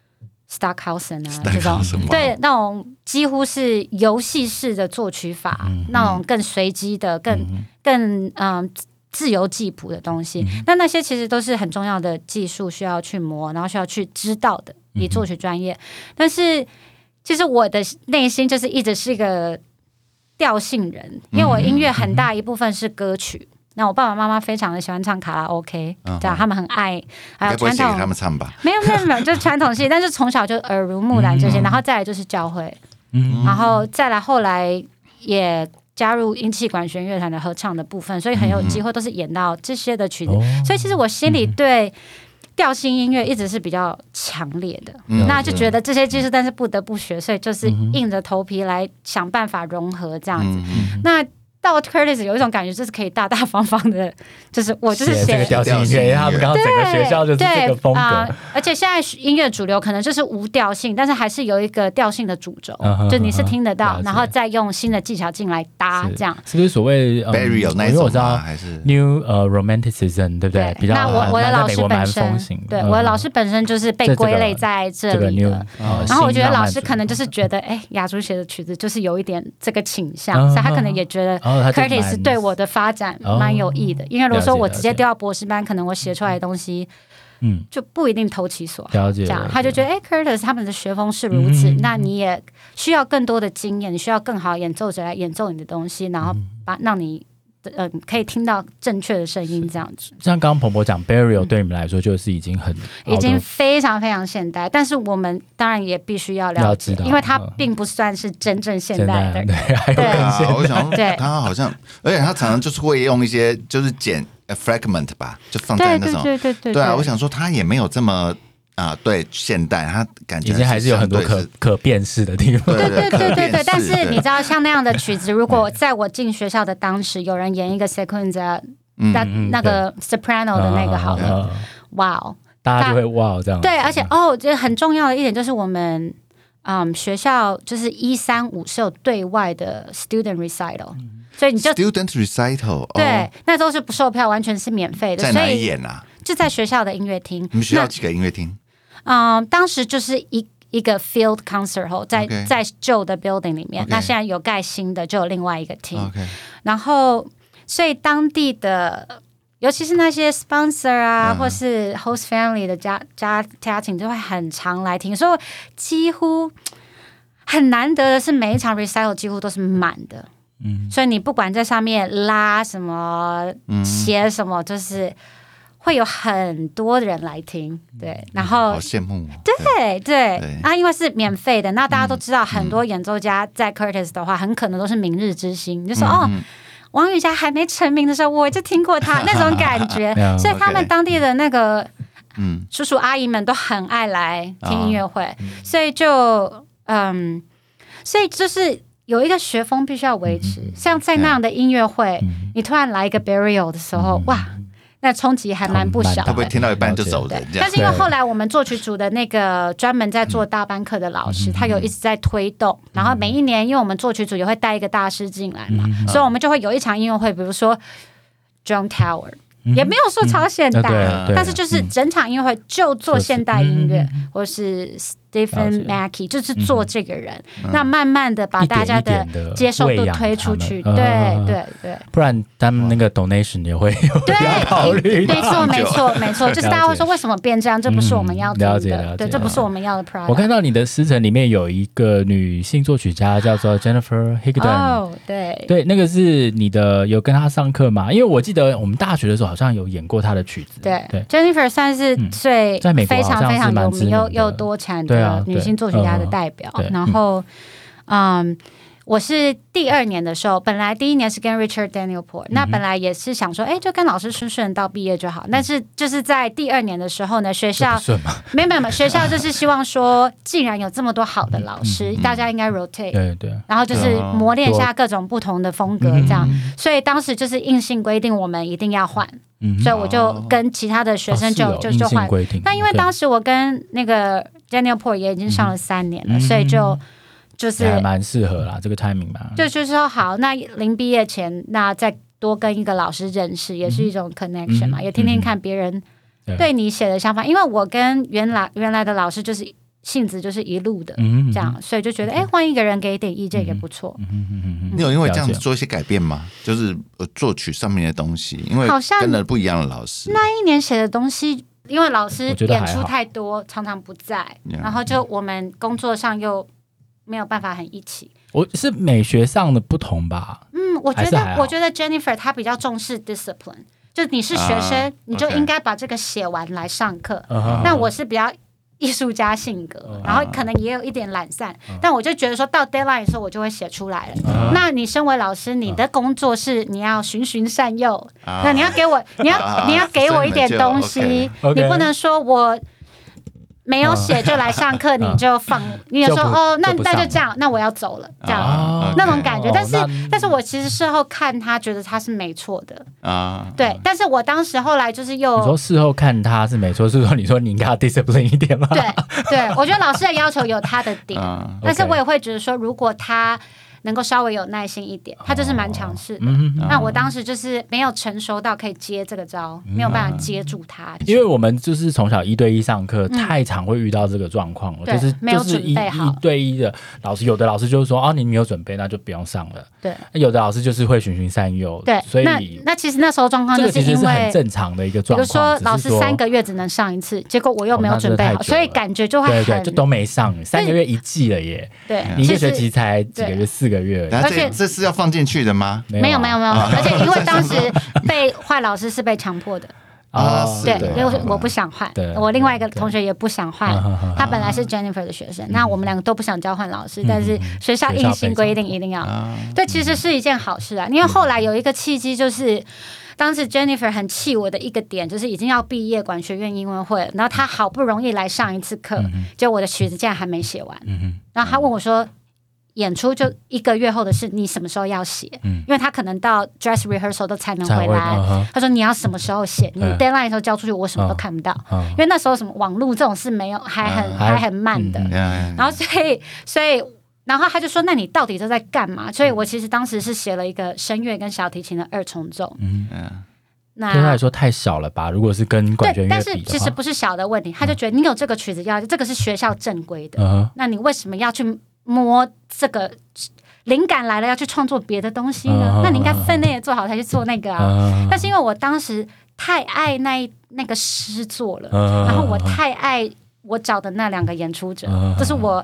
Stockhausen 啊这种，对，那种几乎是游戏式的作曲法，嗯、那种更随机的，更、嗯、更嗯。自由记谱的东西，嗯、那那些其实都是很重要的技术，需要去磨，然后需要去知道的，以作曲专业。嗯、但是，其实我的内心就是一直是一个调性人，因为我音乐很大一部分是歌曲。嗯、那我爸爸妈妈非常的喜欢唱卡拉 OK，嗯、这样他们很爱，还有传统。 给他们唱吧？ 没有没有没有，就是传统戏，但是从小就耳濡目染这些，嗯、然后再来就是教会，嗯、然后再来后来也。加入音气管弦乐团的合唱的部分，所以很有机会都是演到这些的曲子。嗯、所以其实我心里对调性音乐一直是比较强烈的，嗯、那就觉得这些技术，但是不得不学，所以就是硬着头皮来想办法融合这样子。嗯、那到 Curtis 有一种感觉，就是可以大大方方的，就是我就是写这个调性音乐，他们刚刚整个学校就是这个风格。呃、 而且现在音乐主流可能就是无调性，但是还是有一个调性的主轴，嗯、就你是听得到，嗯、然后再用新的技巧进来搭，这样是不是所谓 Barry 那种吗？还是 New 呃 Romanticism 对不对？比较那我我的老师本身，对我的老师本身就是被归类在这里的。然后我觉得老师可能就是觉得，哎，雅竹写的曲子就是有一点这个倾向，所以他可能也觉得。Curtis 对我的发展蛮有益的，哦、因为如果说我直接调到博士班，可能我写出来的东西，嗯，就不一定投其所好。 了解， 这样他就觉得，哎 ，Curtis 他们的学风是如此，嗯、那你也需要更多的经验，你需要更好的演奏者来演奏你的东西，然后把让你。嗯，可以听到正确的声音，这样子。 像刚刚彭博讲 ，Burial 对你们来说就是已经很， 已经非常非常现代，但是我们当然也必须要了解，因为它并不算是真正现代的。 对，还有更现代。 我想，对，他好像，而且他常常就是会用一些就是剪 fragment 吧，就放在那种， 对对对对对啊。我想说，他也没有这么。啊，对，现代他感觉已经还是有很多可可辨识的地方。 对对对对对，但是你知道，像那样的曲子，如果在我进学校的当时，有人演一个 sequenza， 那那个 soprano 的那个好了，哇哦， 大家就会哇这样。 对，而且哦，我觉得很重要的一点就是我们嗯学校就是一三五是有对外的 student recital， 所以你就 student recital 对，那时候是不售票，完全是免费的。 在哪里演啊？ 就在学校的音乐厅。 你们学校几个音乐厅？ 嗯，当时就是一一个 field concert hall 在、okay. 在旧的 building 里面， okay. 那现在有盖新的，就有另外一个厅。Okay. 然后，所以当地的，尤其是那些 sponsor 啊，嗯、或是 host family 的家家家庭，就会很常来听，所以几乎很难得的是，每一场 recital 几乎都是满的。嗯，所以你不管在上面拉什么、写什么，就是。 会有很多人来听，对，然后好羡慕哦。 对对对啊，因为是免费的，那大家都知道，很多演奏家在 Curtis 的话，很可能都是明日之星，你就说哦。王羽佳还没成名的时候，我就听过他那种感觉，所以他们当地的那个叔叔阿姨们都很爱来听音乐会，所以就嗯，所以就是有一个学风必须要维持。像在那样的音乐会，你突然来一个 Burial 的时候，哇！那冲击还蛮不小的， 会不会听到一半就走人？ 但是因为后来我们作曲组的那个专门在做大班课的老师，他有一直在推动，然后每一年因为我们作曲组也会带一个大师进来嘛，所以我们就会有一场音乐会，比如说 John Tower。也没有说超现代，嗯、但是就是整场音乐会就做现代音乐，嗯、或是 Stephen Mackey 就是做这个人，嗯、那慢慢的把大家的接受度推出去，对对对， 不然他们那个 donation 也会有考虑， 没错没错没错，就是大家会说为什么变这样，这不是我们要做的，对，这不是我们要的 product。 我看到你的师承里面有一个女性作曲家叫做 Jennifer Higdon， 哦，对对，那个是你的有跟她上课吗？因为我记得我们大学的时候好像有演过她的曲子。 对对 ，Jennifer 算是最在美国非常非常有名又又多产的女性作曲家的代表。然后，嗯。我是第二年的时候，本来第一年是跟 Richard Daniel Port，、嗯、那本来也是想说，哎，就跟老师顺顺到毕业就好。嗯、但是就是在第二年的时候呢，学校没有没有学校就是希望说，既然有这么多好的老师，嗯、大家应该 rotate， 对对， 然后就是磨练一下各种不同的风格，这样。嗯、所以当时就是硬性规定我们一定要换，嗯、所以我就跟其他的学生就、哦、就就换。那因为当时我跟那个 Daniel Port 也已经上了三年了，嗯、所以就。就是还蛮适合啦，这个 timing 吧。 对，就是说好，那临毕业前，那再多跟一个老师认识，也是一种 connection 嘛，嗯、也听听看别人对你写的想法。因为我跟原来原来的老师就是性子就是一路的，嗯、这样，所以就觉得哎，换一个人给一点意见也不错。嗯嗯嗯嗯、你有因为这样子做一些改变吗？就是作曲上面的东西，因为跟了不一样的老师。 那一年写的东西，因为老师演出太多，常常不在，然后就我们工作上又。没有办法很一起， 我是美学上的不同吧。 嗯，我觉得，我觉得 Jennifer 她比较重视 discipline， 就你是学生，啊、你就应该把这个写完来上课。Uh-huh. 那我是比较艺术家性格， uh-huh. 然后可能也有一点懒散， uh-huh. 但我就觉得说到 deadline 的时候，我就会写出来了。Uh-huh. 那你身为老师，你的工作是你要循循善诱， uh-huh. 那你要给我，你要、uh-huh. 你要给我一点东西， okay. 你不能说我。没有写就来上课，你就放，你就说哦，那那就这样，那我要走了，这样那种感觉。但是，但是我其实事后看他，觉得他是没错的啊。对，但是我当时后来就是又你说事后看他是没错，是说你说你应该要 discipline 一点吗？ 对对，我觉得老师的要求有他的点，但是我也会觉得说，如果他。能够稍微有耐心一点，他就是蛮强势的。嗯、那我当时就是没有成熟到可以接这个招，嗯、没有办法接住他。 因为我们就是从小一对一上课，嗯、太常会遇到这个状况了，就是没有准备好。 就是一一对一的老师，有的老师就是说啊，你没有准备，那就不用上了。 对， 有的老师就是会循循善诱。 对， 所以那那其实那时候状况就是因为这个其实是很正常的一个状况。 比如说老师三个月只能上一次，结果我又没有准备好，哦、所以感觉就会很对对，就都没上，三个月一季了耶。 对， 你一个学期才几个月，四个月， 而且。这是要放进去的吗？ 没有没有没有，而且因为当时被换老师是被强迫的啊， 对，因为我不想换，我另外一个同学也不想换，他本来是 Jennifer 的学生，那我们两个都不想交换老师，但是学校硬性规定一定要，对，其实是一件好事啊，因为后来有一个契机就是。当时 Jennifer 很气我的一个点，就是已经要毕业管学院英文会了，然后他好不容易来上一次课，结果我的曲子竟然还没写完，然后他问我说。演出就一个月后的事，你什么时候要写？嗯、因为他可能到 dress rehearsal 都才能回来。uh-huh. 他说你要什么时候写？你 deadline 的时候交出去，我什么都看不到。Uh-huh. 因为那时候什么网络这种事没有，还很、uh-huh. 还很慢的。Uh-huh. 然后所以所以，然后他就说：“那你到底都在干嘛？”所以我其实当时是写了一个声乐跟小提琴的二重奏。嗯、uh-huh. 那对他来说太小了吧？如果是跟管弦乐比的话， 但是其实不是小的问题，他就觉得你有这个曲子要，这个是学校正规的， uh-huh. 那你为什么要去摸这个？灵感来了要去创作别的东西呢？ Uh-huh. 那你应该分类也做好才去做那个啊。Uh-huh. 但是因为我当时太爱那那个诗作了， uh-huh. 然后我太爱我找的那两个演出者， uh-huh. 这是我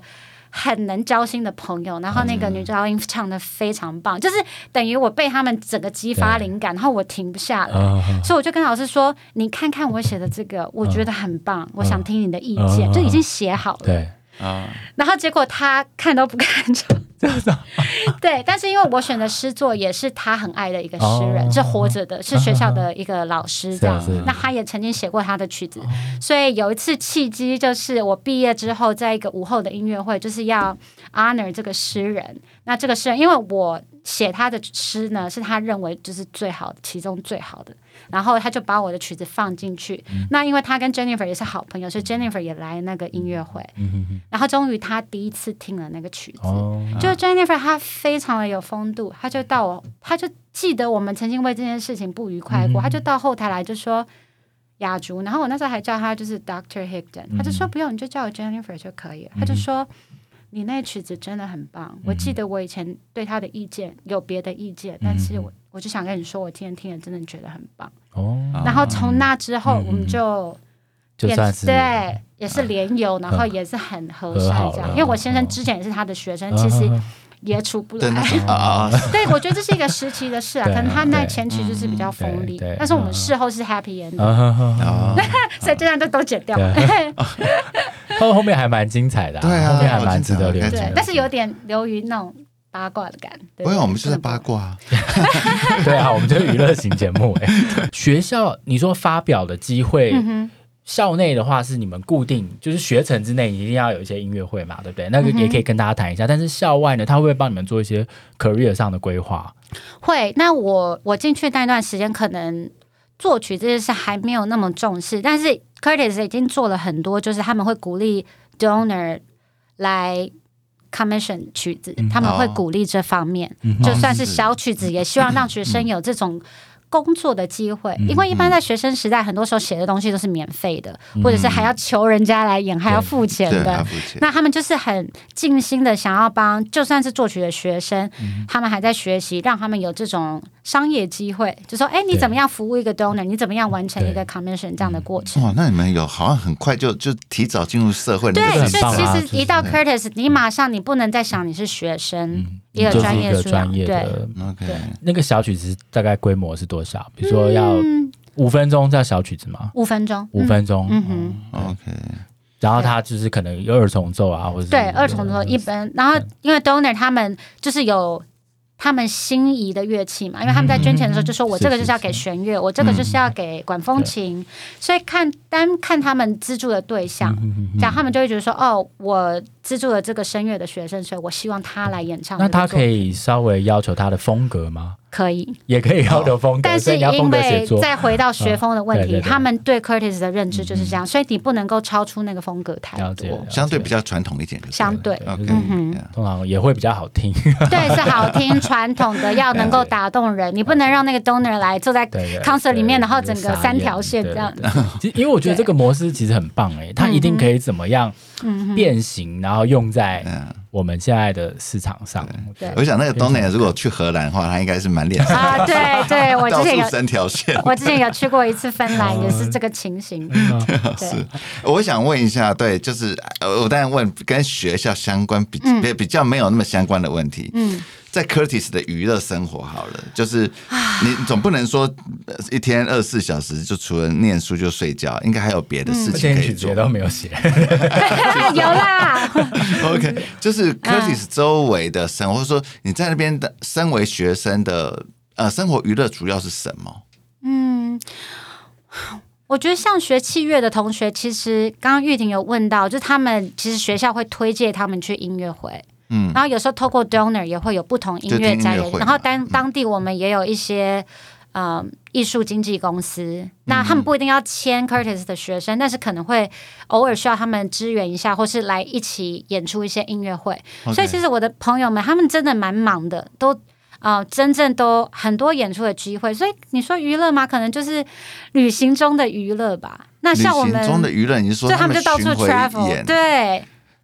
很能交心的朋友，然后那个女高音唱的非常棒，就是等于我被他们整个激发灵感，然后我停不下来，所以我就跟老师说：“你看看我写的这个，我觉得很棒，我想听你的意见。”就已经写好了。 对。 然后结果他看都不看就对，但是因为我选的诗作也是他很爱的一个诗人，哦、是活着的，是学校的一个老师这样。那他也曾经写过他的曲子，哦、所以有一次契机就是我毕业之后，在一个午后的音乐会，就是要 honor 这个诗人。那这个诗人，因为我写他的诗呢，是他认为就是最好的，其中最好的。然后他就把我的曲子放进去。嗯、那因为他跟 Jennifer 也是好朋友，所以 Jennifer 也来那个音乐会。嗯、然后终于他第一次听了那个曲子，哦、就 Jennifer 她非常的有风度，他就到我，他就记得我们曾经为这件事情不愉快过，他、嗯、就到后台来就说雅竹，然后我那时候还叫他就是 Doctor Higdon，嗯、他就说不用，你就叫我 Jennifer 就可以了。嗯、他就说你那曲子真的很棒，嗯、我记得我以前对他的意见有别的意见，嗯、但是我我就想跟你说，我今天听了真的觉得很棒。哦，然后从那之后我们就。 就算是对，也是联友，然后也是很和善这样。因为我先生之前也是他的学生，其实也处不来。对，我觉得这是一个时期的事啊，可能他那前期就是比较锋利，但是我们事后是 happy ending，所以这样就都剪掉。 后后面还蛮精彩的， 对啊， 后面还蛮值得留。 对，但是有点流于那种八卦的感。 不会，我们就在八卦。 对啊，我们就是娱乐型节目。学校你说发表的机会。校内的话是你们固定，就是学程之内一定要有一些音乐会嘛，对不对？那个也可以跟大家谈一下。嗯、但是校外呢，他会不会帮你们做一些 career 上的规划？ 会。那我我进去那段时间，可能作曲这件事还没有那么重视，但是 Curtis 已经做了很多，就是他们会鼓励 donor 来 commission 曲子，嗯、他们会鼓励这方面，嗯、就算是小曲子，也希望让学生有这种。工作的机会，因为一般在学生时代，很多时候写的东西都是免费的，嗯、或者是还要求人家来演，还要付钱的。那他们就是很尽心的想要帮，就算是作曲的学生，嗯、他们还在学习，让他们有这种商业机会，就说，哎，你怎么样服务一个 donor， 你怎么样完成一个 commission 这样的过程。 哇，那你们有好像很快就就提早进入社会， 对， 所以其实一到 Curtis， 你马上你不能再想你是学生。嗯一个专业专业的， 对， 那个小曲子大概规模是多少？比如说要五分钟叫小曲子吗？ 五分钟， 五分钟， 嗯哼 ，OK。 然后他就是可能有二重奏啊，或者对二重奏一般。然后因为 donor 他们就是有他们心仪的乐器嘛，因为他们在捐钱的时候就说我这个就是要给弦乐，我这个就是要给管风琴，所以看单看他们资助的对象，这样他们就会觉得说，哦，我资助了这个声乐的学生，所以我希望他来演唱。 那他可以稍微要求他的风格吗？ 可以， 也可以要求风格， 但是因为再回到学风的问题，他们对 Curtis 的认知就是这样，所以你不能够超出那个风格太多， 相对比较传统一点， 相对， 通常也会比较好听， 对，是好听，传统的要能够打动人，你不能让那个 donor 来坐在 concert 里面，然后整个三条线这样子。 因为我觉得这个模式其实很棒哎，它一定可以怎么样变形，然后用在我们现在的市场上。 我想那个 donor 如果去荷兰的话，他应该是蛮厉害啊！对对，我之前有三条线， 我之前有去过一次芬兰，也是这个情形。 是，我想问一下，对，就是我当然问跟学校相关比比比较没有那么相关的问题。嗯。在 Curtis 的娱乐生活好了，就是你总不能说一天二十四小时就除了念书就睡觉，应该还有别的事情可以做。 嗯、都没有写， 有啦。 OK， 就是 Curtis 周围的生活，或者说你在那边的身为学生的呃生活娱乐主要是什么？嗯。 我觉得像学器乐的同学，其实刚刚玉婷有问到，就是他们其实学校会推荐他们去音乐会。嗯，然后有时候透过 donor 也会有不同音乐家，然后当当地我们也有一些呃艺术经纪公司，嗯、那他们不一定要签 Curtis 的学生，但是可能会偶尔需要他们支援一下，或是来一起演出一些音乐会。Okay. 所以其实我的朋友们他们真的蛮忙的，都呃真正都很多演出的机会。所以你说娱乐吗？可能就是旅行中的娱乐吧。那像我们旅行中的娱乐，你是说他们就到处 travel， 对。对，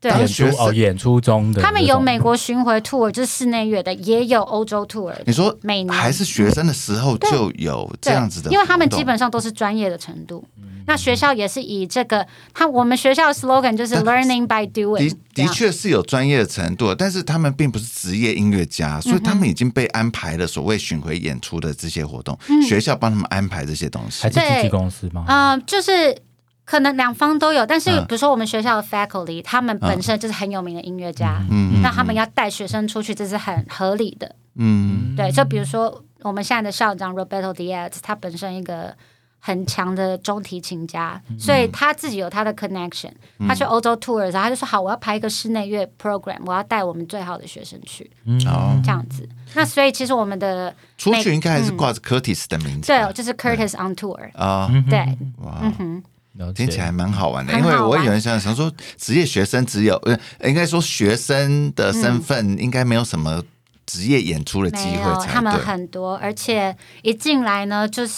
演出哦，演出中的， 他们有美国巡回 tour， 就是室内乐的，也有欧洲 tour。 你说每年还是学生的时候就有这样子的， 因为他们基本上都是专业的程度。那学校也是以这个，他我们学校的 slogan 就是 learning by doing。 的的确是有专业的程度，但是他们并不是职业音乐家，所以他们已经被安排了所谓巡回演出的这些活动，嗯、学校帮他们安排这些东西。 还是经纪公司吗？ 嗯、呃，就是可能两方都有，但是比如说我们学校的 faculty，、嗯、他们本身就是很有名的音乐家，嗯、那他们要带学生出去，这是很合理的。嗯，对，就比如说我们现在的校长 Roberto Diaz， 他本身一个很强的中提琴家，所以他自己有他的 connection。他去欧洲 tour 的时候，他就说：“好，我要排一个室内乐 program， 我要带我们最好的学生去。”嗯，这样子。那所以其实我们的出去应该还是挂着 Curtis 的名字， 对，就是 Curtis on tour 啊， 对， 哇，嗯哼，听起来蛮好玩的。因为我有人想想说，职业学生只有呃，应该说学生的身份应该没有什么职业演出的机会才对。 他们很多，而且一进来呢，就是。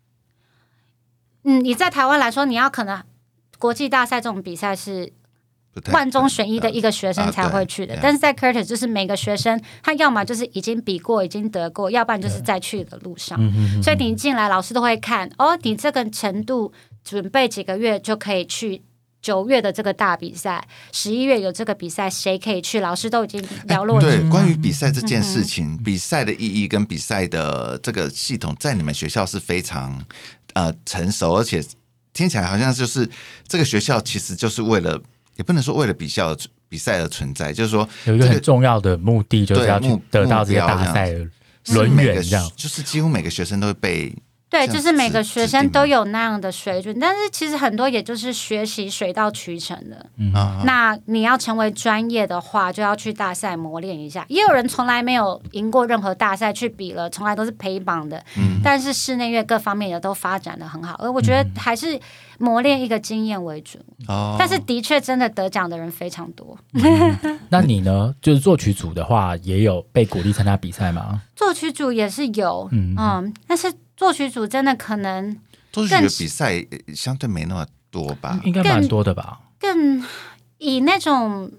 嗯，你在台湾来说，你要可能国际大赛这种比赛是万中选一的一个学生才会去的，但是在 Curtis 就是每个学生他要么就是已经比过、已经得过，要不然就是在去的路上。所以你一进来，老师都会看哦，你这个程度准备几个月就可以去。九月的这个大比赛，十一月有这个比赛，谁可以去？老师都已经聊落。 对，关于比赛这件事情，嗯、比赛的意义跟比赛的这个系统，在你们学校是非常呃成熟，而且听起来好像就是这个学校其实就是为了，也不能说为了比赛比赛而存在，就是说有一个很重要的目的，就是要去得到这些大赛的轮圆，这样就是几乎每个学生都会被。 对，就是每个学生都有那样的水准，但是其实很多也就是学习水到渠成的。嗯，那你要成为专业的话，就要去大赛磨练一下。也有人从来没有赢过任何大赛去比了，从来都是陪榜的。嗯，但是室内乐各方面也都发展得很好，而我觉得还是磨练一个经验为主。哦，但是的确真的得奖的人非常多。 嗯、那你呢？就是作曲组的话，也有被鼓励参加比赛吗？ 作曲组也是有，嗯嗯，但是。作曲组真的可能作曲的比赛相对没那么多吧， 应该蛮多的吧。 更以那种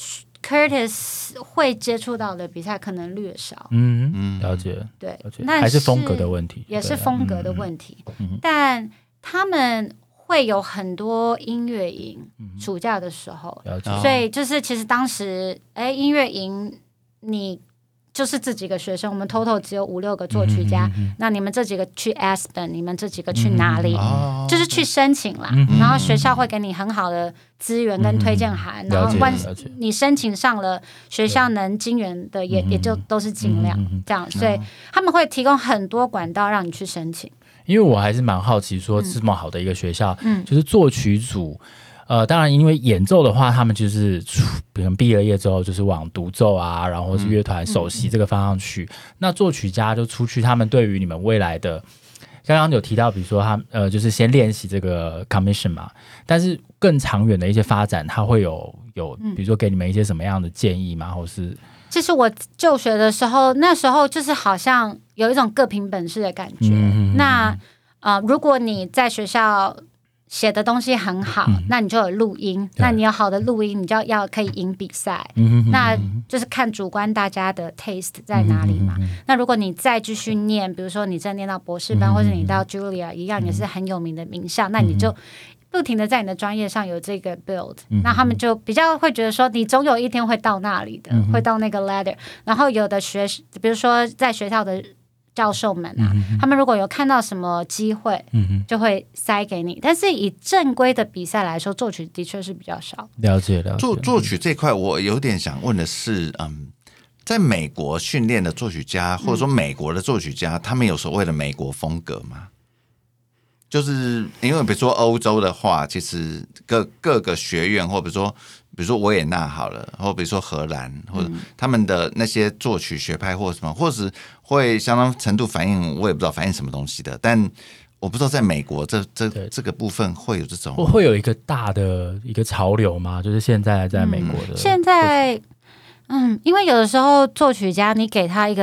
Curtis 会接触到的比赛可能略少。 嗯嗯，了解。 对， 那还是风格的问题， 也是风格的问题。嗯、但他们会有很多音乐营，嗯、暑假的时候，所以就是其实当时哎，音乐营你。就是这几个学生，我们 total 只有五六个作曲家。嗯嗯嗯、那你们这几个去 Aspen， 你们这几个去哪里？嗯、就是去申请啦。嗯、然后学校会给你很好的资源跟推荐函。嗯、然后万你申请上了，学校能金援的也、嗯、也就都是尽量、嗯、这样。所以他们会提供很多管道让你去申请。 因为我还是蛮好奇，说这么好的一个学校，嗯、就是作曲组。呃，当然，因为演奏的话，他们就是比如毕了业之后，就是往独奏啊，然后是乐团首席这个方向去。嗯嗯、那作曲家就出去，他们对于你们未来的，刚刚有提到，比如说他呃，就是先练习这个 commission 嘛，但是更长远的一些发展，他会有有，比如说给你们一些什么样的建议吗？或是其实我就学的时候，那时候就是好像有一种各凭本事的感觉。嗯、那呃，如果你在学校写的东西很好，嗯、那你就有录音，那你有好的录音，你就要可以赢比赛。嗯、那就是看主观大家的 taste 在哪里嘛。嗯、那如果你再继续念，比如说你再念到博士班，嗯、或者你到 Julia 一样也是很有名的名校，嗯、那你就不停的在你的专业上有这个 build，嗯、那他们就比较会觉得说，你总有一天会到那里的，嗯、会到那个 ladder。然后有的学，比如说在学校的教授们啊，嗯、他们如果有看到什么机会，嗯、就会塞给你。但是以正规的比赛来说，作曲的确是比较少。 了解了解。 作作曲这块，我有点想问的是，嗯，在美国训练的作曲家，或者说美国的作曲家，嗯、他们有所谓的美国风格吗？就是因为比如说欧洲的话，其实各各个学院，或比如说比如说维也纳好了，或比如说荷兰，或者他们的那些作曲学派或什么，或是会相当程度反映，我也不知道反映什么东西的，但我不知道在美国这这这个部分会有这种会有一个大的一个潮流吗？就是现在在美国的、 嗯、现在，嗯，因为有的时候作曲家你给他一个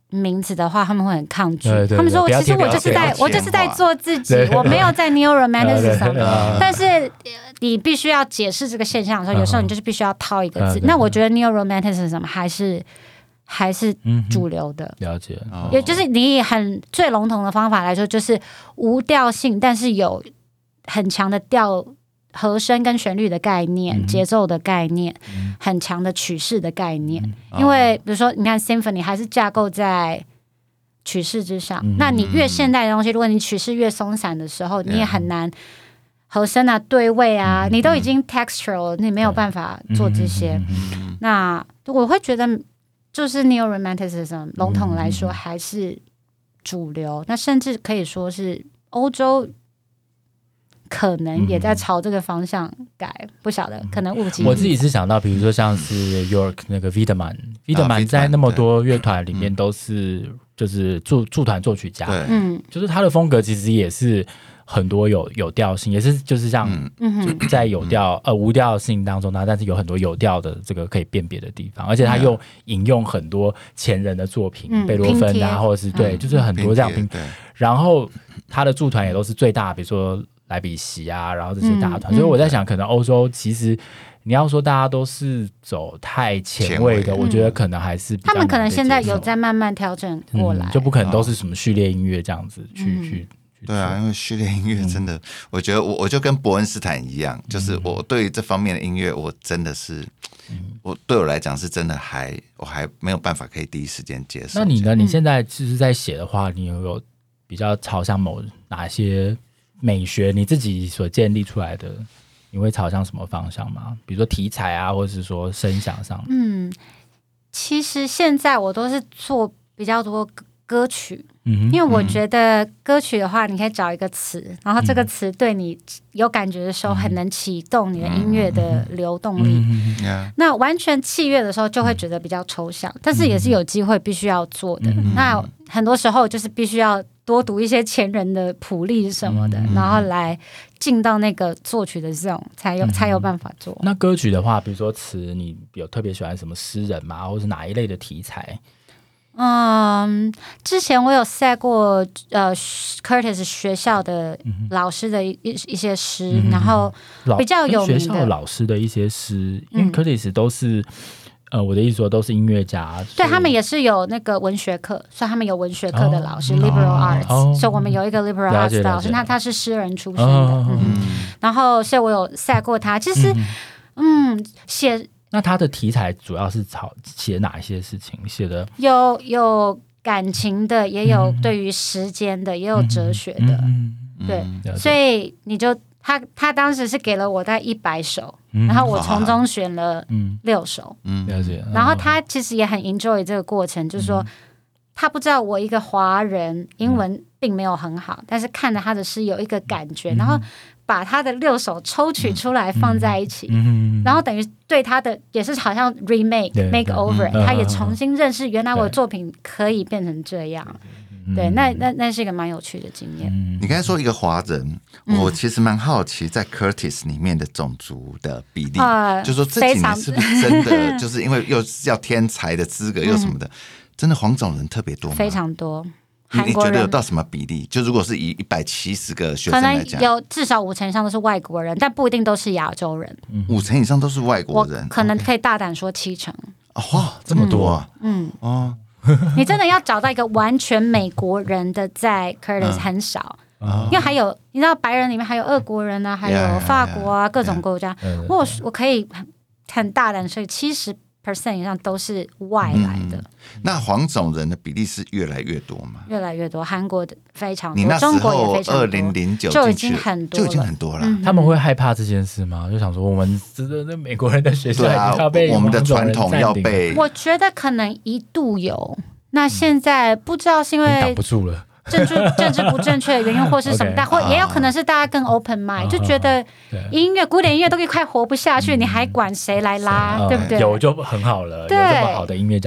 名字的话，他们会很抗拒。 对对对他们说，其实我就是在我就是在做自己，我没有在 neo romanticism。但是你必须要解释这个现象的时候，有时候你就是必须要套一个字。那我觉得 neo romanticism 还是还是主流的。 嗯、了解， 也就是你很最笼统的方法来说，就是无调性，但是有很强的调。和声跟旋律的概念、嗯、节奏的概念、嗯、很强的曲式的概念、嗯、因为比如说你看 symphony 还是架构在曲式之上、嗯、那你越现代的东西如果你曲式越松散的时候、嗯、你也很难和声啊对位啊、嗯、你都已经 textural 你没有办法做这些、嗯、那我会觉得就是 neo romanticism 笼统来说还是主流、嗯、那甚至可以说是欧洲可能也在朝这个方向改，嗯、不晓得，可能误解。 我自己是想到，比如说像是 York 那个 Wiedemann，Wiedemann 在那么多乐团里面都是就是驻驻团作曲家，嗯，就是他的风格其实也是很多有有调性，也是就是像在有调、嗯、呃无调性当中呢，但是有很多有调的这个可以辨别的地方，而且他又引用很多前人的作品，嗯、贝多芬啊，或者是对，嗯、就是很多这样拼，然后他的驻团也都是最大，比如说。莱比锡啊，然后这些大团、嗯嗯，所以我在想，可能欧洲其实你要说大家都是走太前卫的，我觉得可能还是比较他们可能现在有在慢慢调整过来、 嗯，就不可能都是什么序列音乐这样子去、嗯、去。 对啊，因为序列音乐真的，嗯、我觉得我我就跟伯恩斯坦一样，就是我对于这方面的音乐，我真的是，嗯、我对我来讲是真的还我还没有办法可以第一时间接受。 那你呢？你现在就是在写的话，你有有比较朝向某哪些？美学你自己所建立出来的，你会朝向什么方向吗？比如说题材啊，或者是说声响上。嗯， 其实现在我都是做比较多歌曲，嗯、因为我觉得歌曲的话，你可以找一个词，然后这个词对你有感觉的时候，很能启动你的音乐的流动力。嗯嗯、那完全器乐的时候，就会觉得比较抽象，但是也是有机会必须要做的。嗯、那很多时候就是必须要。多读一些前人的谱例什么的、嗯，然后来进到那个作曲的 zone， 才有、嗯、才有办法做。 那歌曲的话，比如说词，你有特别喜欢什么诗人吗？或是哪一类的题材？ 嗯，之前我有赛过呃 Curtis 学校的老师的一一些诗、嗯，然后比较有名的学校老师的一些诗，因为 Curtis 都是。呃，我的意思说都是音乐家， 对他们也是有那个文学课，所以他们有文学课的老师、哦、liberal arts，、哦、所以我们有一个 liberal arts 的老师，那他是诗人出身的，哦嗯、然后所以我有赛过他。其实，嗯，写、嗯、 那他的题材主要是炒写哪一些事情？写的有有感情的，也有对于时间的，嗯、也有哲学的，嗯、对、嗯，所以你就。他他当时是给了我大概一百首、嗯，然后我从中选了六首， 嗯，了解。 然后他其实也很 enjoy 这个过程，就是说、嗯、他不知道我一个华人英文并没有很好，嗯、但是看着他的诗有一个感觉，嗯、然后把他的六首抽取出来放在一起，嗯、然后等于对他的也是好像 remake make over，、嗯、他也重新认识原来我的作品可以变成这样。对，那那那是一个蛮有趣的经验。 嗯、你刚才说一个华人，嗯、我其实蛮好奇，在 Curtis 里面的种族的比例，呃、就是说这几年是不是真的，就是因为又是要天才的资格又什么的，嗯、真的黄种人特别多吗？ 非常多。 你你觉得有到什么比例？就如果是以一百七十个学生来讲， 可能有至少五成以上都是外国人，但不一定都是亚洲人。 嗯、五成以上都是外国人， 我可能可以大胆说七成。 哦、哇，这么多啊！ 嗯，嗯哦。你真的要找到一个完全美国人的在 Curtis 很少，嗯、因为还有你知道白人里面还有俄国人啊，还有法国啊， yeah, yeah, yeah, 各种国家。Yeah, 我我可以很很大胆，所以七十 percent 以上都是外来的。 嗯、那黄种人的比例是越来越多吗？ 越来越多，韩国的非常多， 你那时候中国也非常多。 二零零九就已经很多了， 就已经很多了。嗯、 他们会害怕这件事吗？就想说我们这这美国人的学校要被、 啊、我们的传统要被， 我觉得可能一度有。那现在不知道是因为挡不住了政治政治不正确的原因，或是什么，但或也有可能是大家更 open mind， 就觉得音乐古典音乐都快活不下去，你还管谁来拉，对不对？ 有就很好了，有这么好的音乐家就好了。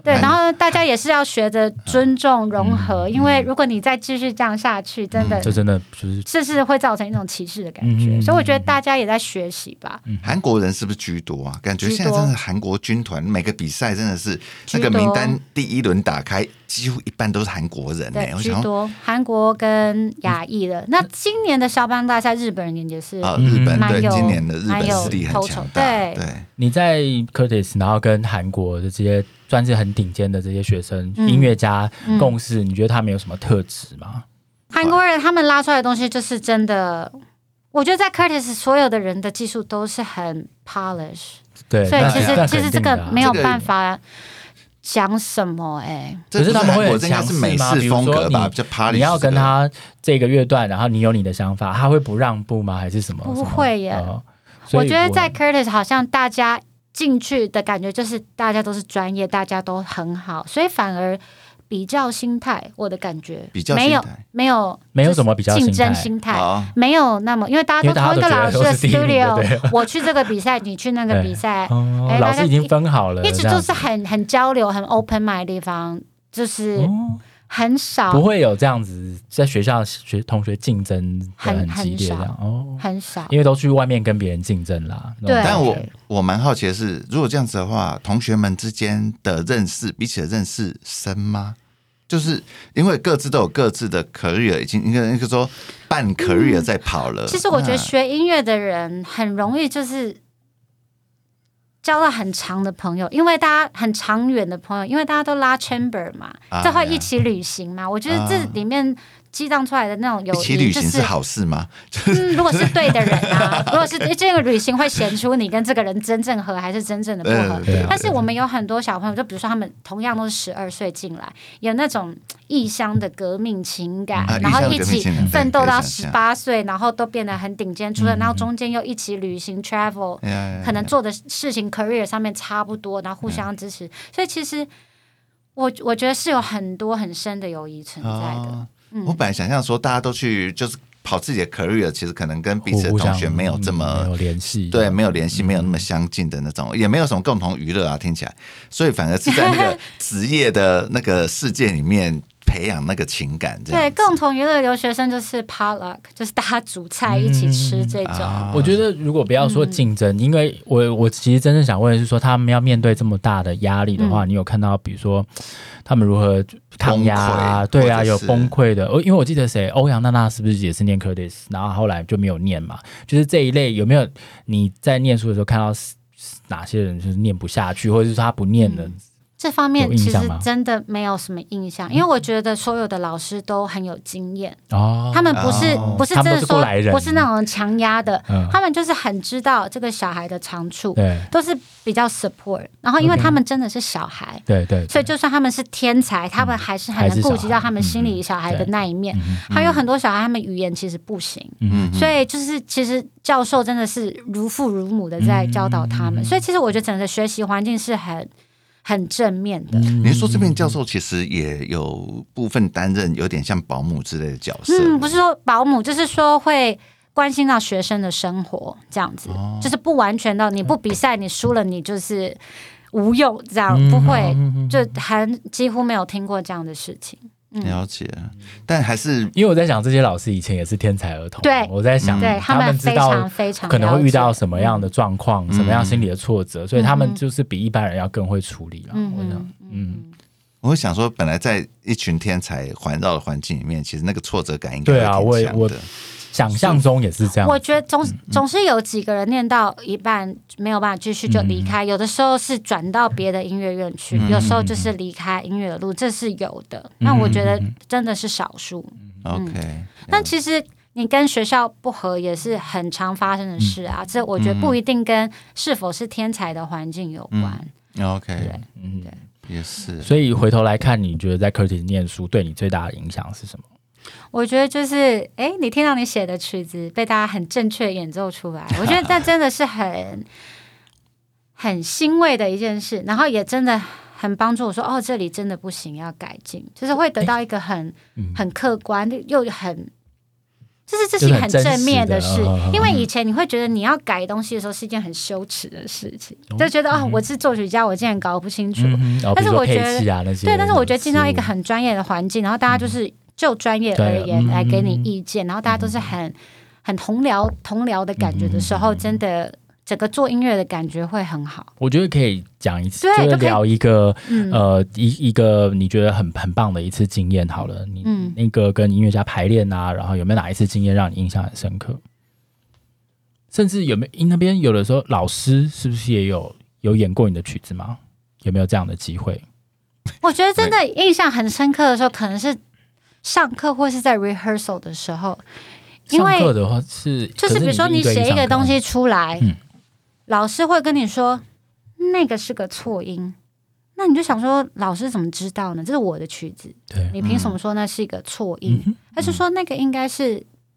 对，然后大家也是要学着尊重、融合，因为如果你再继续这样下去，真的， 这真的就是这是会造成一种歧视的感觉。所以我觉得大家也在学习吧。 韩国人是不是居多啊？感觉现在真的韩国军团每个比赛真的是那个名单第一轮打开，几乎一半都是韩国人哎，居多韩国跟亚裔的。那今年的肖邦大赛，日本人也是啊，日本对今年的日本实力很强大。 对对， 你在 Curtis， 然后跟韩国的这些算是很顶尖的这些学生、嗯、音乐家共事、嗯，你觉得他们有什么特质吗？ 韩国人他们拉出来的东西就是真的，我觉得在 Curtis 所有的人的技术都是很 polish， 对， 所以其实其实这个没有办法讲什么哎、欸， 可是他们会很强势吗？ 美式风格吧，比较 polish， 你要跟他这个乐段，然后你有你的想法，他会不让步吗？还是什么？ 不会耶。哦、我觉得在 Curtis 好像大家进去的感觉就是大家都是专业，大家都很好，所以反而比较心态，我的感觉比较没有没有没有什么比较竞争心态，没有那么，因为大家都同一个老师的 studio， 我去这个比赛，你去那个比赛， 哦欸、老师已经分好了， 一直都是很很交流、很 open mind 的地方，就是很少、 哦、不会有这样子在学校学同学竞争很激烈这样哦， 很少， 因为都去外面跟别人竞争啦。 对， 但我我蛮好奇的是，如果这样子的话，同学们之间的认识，彼此的认识深吗？就是因为各自都有各自的 career， 已经应该应该说半 career 在跑了、嗯。 其实我觉得学音乐的人很容易就是交到很长的朋友，因为大家很长远的朋友，因为大家都拉 chamber 嘛，这、啊、会一起旅行嘛。我觉得这里面激荡出来的那种友谊， 一起旅行是好事吗？ 嗯，如果是对的人啊，如果是这个旅行会显出你跟这个人真正合还是真正的不合。呃、但是我们有很多小朋友，就比如说他们同样都是十二岁进来，有那种异乡的革命情感， 啊、 然后一起奋斗到十八岁，然后都变得很顶尖出来、嗯，然后中间又一起旅行 travel，、嗯、可能做的事情 career 上面差不多，然后互相支持，嗯、所以其实我我觉得是有很多很深的友谊存在的。哦我本来想象说大家都去就是跑自己的 career， 其实可能跟彼此的同学没有这么没有联系， 对，没有联系，没有那么相近的那种，也没有什么共同娱乐啊，听起来，所以反而是在那个职业的那个世界里面培养那个情感这样。 对，共同娱乐留学生就是 potluck， 就是大家煮菜一起吃这种。嗯啊、我觉得如果不要说竞争、嗯，因为我我其实真正想问的是说，他们要面对这么大的压力的话，嗯、你有看到比如说他们如何抗压啊？对啊，有崩溃的。因为我记得谁，欧阳娜娜是不是也是念 Curtis， 然后后来就没有念嘛？就是这一类有没有你在念书的时候看到哪些人就是念不下去，或者是他不念的？嗯这方面其实真的没有什么印象，因为我觉得所有的老师都很有经验、哦、他们不是、哦、不是真的说不是那种强压的、嗯、他们就是很知道这个小孩的长处，都是比较 support， 然后因为他们真的是小孩， 对对， 所以就算他们是天才，他们还是很能顾及到他们心里小孩的那一面、嗯、还有很多小孩他们语言其实不行、嗯、所以就是其实教授真的是如父如母的在教导他们、嗯、所以其实我觉得整个学习环境是很很正面的。 您说这边教授其实也有部分担任有点像保姆之类的角色。 嗯，不是说保姆，就是说会关心到学生的生活这样子、哦、就是不完全到你不比赛你输了你就是无用这样、嗯、不会，就还几乎没有听过这样的事情。 了解，但还是因为我在想，这些老师以前也是天才儿童， 对， 我在想， 对他们知道可能会遇到什么样的状况、 嗯， 什么样心理的挫折、嗯，所以他们就是比一般人要更会处理了。嗯，我想，嗯， 我会想说，本来在一群天才环绕的环境里面，其实那个挫折感应该对啊，我我想象中也是这样。 我觉得总总是有几个人念到一半没有办法继续就离开、嗯，有的时候是转到别的音乐院去、嗯，有时候就是离开音乐的路，这是有的。那、嗯、我觉得真的是少数。 OK，、 嗯、但其实你跟学校不合也是很常发生的事啊。嗯、这我觉得不一定跟是否是天才的环境有关。 嗯、OK， 对， 嗯，对，也是。 所以回头来看，你觉得在 Curtis 念书对你最大的影响是什么？ 我觉得就是，哎，你听到你写的曲子被大家很正确演奏出来，我觉得这真的是很很欣慰的一件事，然后也真的很帮助我说，哦，这里真的不行，要改进，就是会得到一个很很客观又很就是这是一个很正面的事， 的哦、 因为以前你会觉得你要改东西的时候是一件很羞耻的事情，哦、就觉得啊、哦，我是作曲家，我竟然搞不清楚。 嗯哦、 但是我觉得， 啊、 对，但是我觉得进到一个很专业的环境，然后大家就是就专业而言来给你意见，嗯、然后大家都是很很同僚同僚的感觉的时候，嗯、真的。整个做音乐的感觉会很好， 我觉得可以讲一次，就是聊一个、嗯、呃一一个你觉得很很棒的一次经验好了，你、嗯、那个跟音乐家排练啊，然后有没有哪一次经验让你印象很深刻？甚至有没有那边有的时候老师是不是也有有演过你的曲子吗？有没有这样的机会？ 我觉得真的印象很深刻的时候，可能是上课或是在 rehearsal 的时候，因为上课的话是就是比如说你写一个东西出来。嗯，老师会跟你说那个是个错音，那你就想说老师怎么知道呢？这是我的曲子，你凭什么说那是一个错音？嗯、他是说那个应该是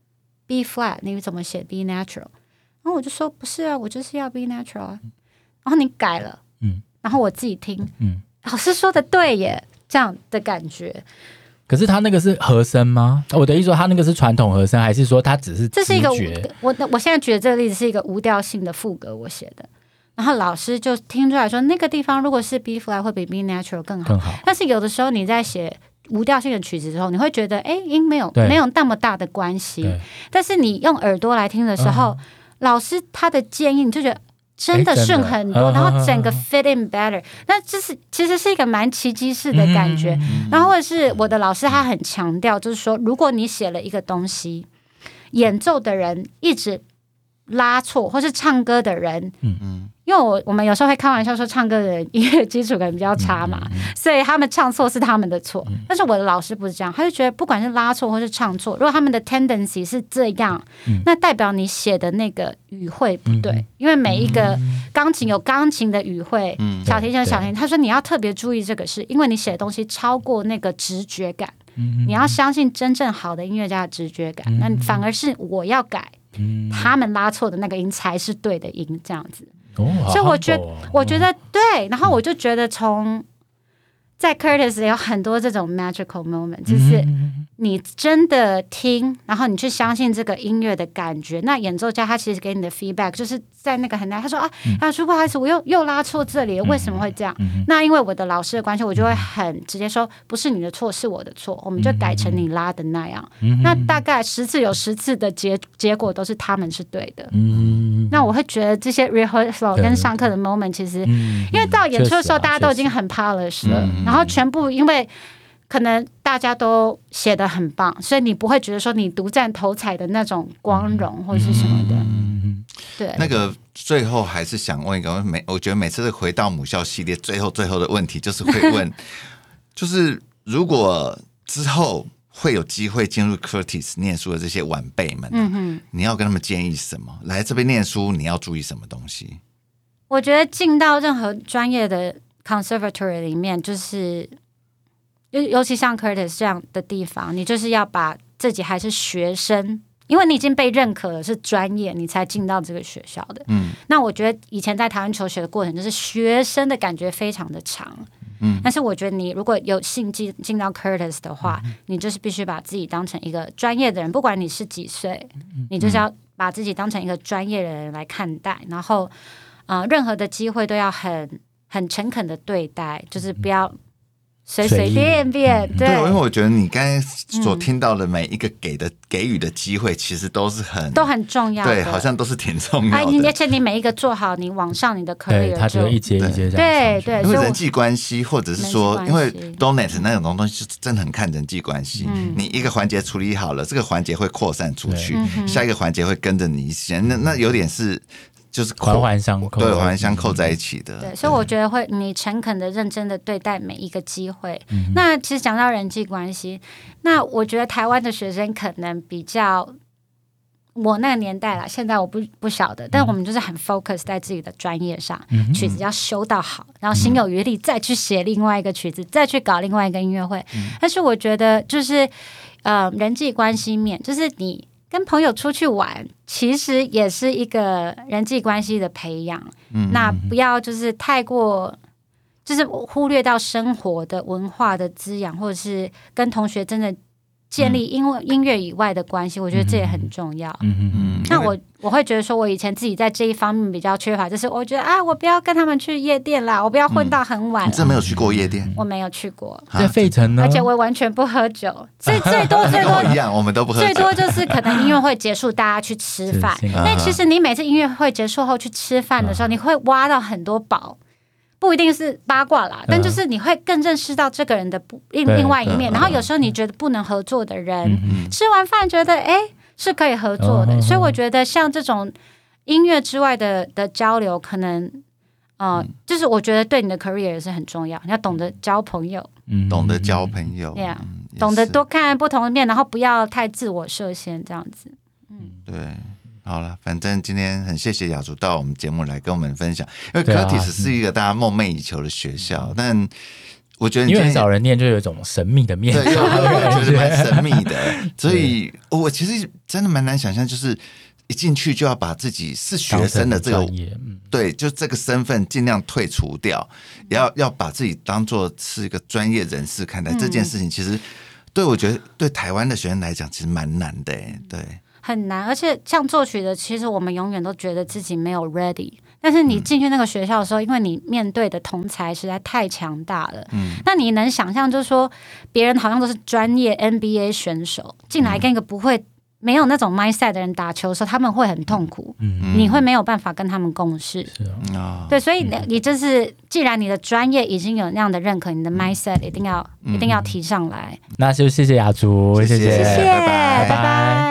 B flat， 你怎么写 B natural？ 然后我就说不是啊，我就是要 B natural 啊。然后你改了，嗯、然后我自己听，嗯、老师说的对耶，这样的感觉。 可是他那个是和声吗？我的意思说，他那个是传统和声，还是说他只是这是一个我我现在举的这个例子是一个无调性的副歌我写的，然后老师就听出来说那个地方如果是 B flat 会比 B natural 更好。 更好。 但是有的时候你在写无调性的曲子之后，你会觉得哎音没有没有那么大的关系，但是你用耳朵来听的时候，嗯、老师他的建议你就觉得。真的顺很多，然后整个 fit in better， 那这是其实是一个蛮奇迹式的感觉。嗯、然后或者是我的老师他很强调，就是说，如果你写了一个东西，演奏的人一直拉错，或是唱歌的人，嗯嗯，因为我我们有时候会开玩笑说，唱歌的人音乐基础可能比较差嘛，嗯嗯、所以他们唱错是他们的错。嗯、但是我的老师不是这样，他就觉得不管是拉错或是唱错，如果他们的 tendency 是这样，嗯、那代表你写的那个语汇不对，嗯、因为每一个钢琴有钢琴的语汇，嗯、小提琴有小提琴。他说你要特别注意这个事，因为你写的东西超过那个直觉感，嗯、你要相信真正好的音乐家的直觉感，嗯、那反而是我要改。嗯、他们拉错的那个音才是对的音，这样子。哦、所以我觉得，哦、我觉得对。然后我就觉得从在 Curtis 有很多这种 magical moment， 就是你真的听，然后你去相信这个音乐的感觉。那演奏家他其实给你的 feedback 就是在那个很难，他说啊，啊，不好意思，我又又拉错这里，为什么会这样？嗯、那因为我的老师的关系，我就会很直接说，不是你的错，是我的错，我们就改成你拉的那样。嗯、那大概十次有十次的结结果都是他们是对的。嗯、那我会觉得这些 rehearsal 跟上课的 moment， 其实、嗯、因为到演出的时候，大家都已经很 polish 了。然后全部因为可能大家都写得很棒，所以你不会觉得说你独占头彩的那种光荣或是什么的。嗯、对， 那个最后还是想问一个，每我觉得每次回到母校系列，最后最后的问题就是会问，就是如果之后会有机会进入 Curtis 念书的这些晚辈们，嗯哼，你要跟他们建议什么？来这边念书你要注意什么东西？ 我觉得进到任何专业的Conservatory 里面，就是尤其像 Curtis 这样的地方，你就是要把自己还是学生，因为你已经被认可了是专业，你才进到这个学校的。嗯，那我觉得以前在台湾求学的过程，就是学生的感觉非常的长。嗯，但是我觉得你如果有幸进进到 Curtis 的话，嗯、你就是必须把自己当成一个专业的人，不管你是几岁，你就是要把自己当成一个专业的人来看待，然后呃，任何的机会都要很。很诚恳的对待，就是不要随随便便。对， 因为我觉得你刚才所听到的每一个给的、嗯、给予的机会，其实都是很都很重要的， 对，好像都是挺重要的。 而且你每一个做好，你往上你的 career 对，他就一阶一阶这样。 对对， 因为人际关系，或者是说，因为 donate 那种东西，真的很看人际关系。嗯、你一个环节处理好了，这个环节会扩散出去，下一个环节会跟着你一起。那那有点是。就是环环相扣， 对，环环相扣在一起的。 对，所以我觉得会你诚恳的、认真的对待每一个机会。嗯、那其实讲到人际关系，那我觉得台湾的学生可能比较，我那个年代啦，现在我不不晓得，但我们就是很 focus 在自己的专业上，嗯、曲子要修到好，然后心有余力再去写另外一个曲子，再去搞另外一个音乐会。嗯、但是我觉得就是呃人际关系面，就是你。跟朋友出去玩，其实也是一个人际关系的培养。嗯、那不要就是太过，就是忽略到生活的文化的滋养，或者是跟同学真的建立因为音乐以外的关系，我觉得这也很重要。 嗯嗯嗯。 那我我会觉得说，我以前自己在这一方面比较缺乏，就是我觉得啊，我不要跟他们去夜店啦，我不要混到很晚。 你真没有去过夜店？ 我没有去过， 在费城呢， 而且我完全不喝酒，最最多最多一样，我们都不喝酒。 最多就是可能音乐会结束，大家去吃饭。但其实你每次音乐会结束后去吃饭的时候，你会挖到很多宝。不一定是八卦啦，但就是你会更认识到这个人的不另另外一面。然后有时候你觉得不能合作的人，吃完饭觉得哎是可以合作的。所以我觉得像这种音乐之外的的交流，可能呃，就是我觉得对你的 career 也是很重要。你要懂得交朋友， 懂得交朋友， 对啊，懂得多看不同的面，然后不要太自我设限，这样子。嗯， 对。好了，反正今天很谢谢雅竹到我们节目来跟我们分享，因为 Curtis 是一个大家梦寐以求的学校，但我觉得你因为很少人念，就有一种神秘的面， 对，我觉得蛮神秘的，所以我其实真的蛮难想象，就是一进去就要把自己是学生的这个对，就这个身份尽量退除掉，也要要把自己当作是一个专业人士看待这件事情，其实对我觉得对台湾的学生来讲，其实蛮难的，对。 很难，而且像作曲的，其实我们永远都觉得自己没有 ready。但是你进去那个学校的时候，因为你面对的同才实在太强大了，嗯，那你能想象，就是说别人好像都是专业 N B A 选手进来跟一个不会、没有那种 mindset 的人打球的时候，他们会很痛苦，嗯，你会没有办法跟他们共事，是啊，对，所以你就是既然你的专业已经有那样的认可，你的 mindset 一定要、嗯、一定要提上来。 那就谢谢雅竹，谢谢， 谢谢，拜拜。拜拜。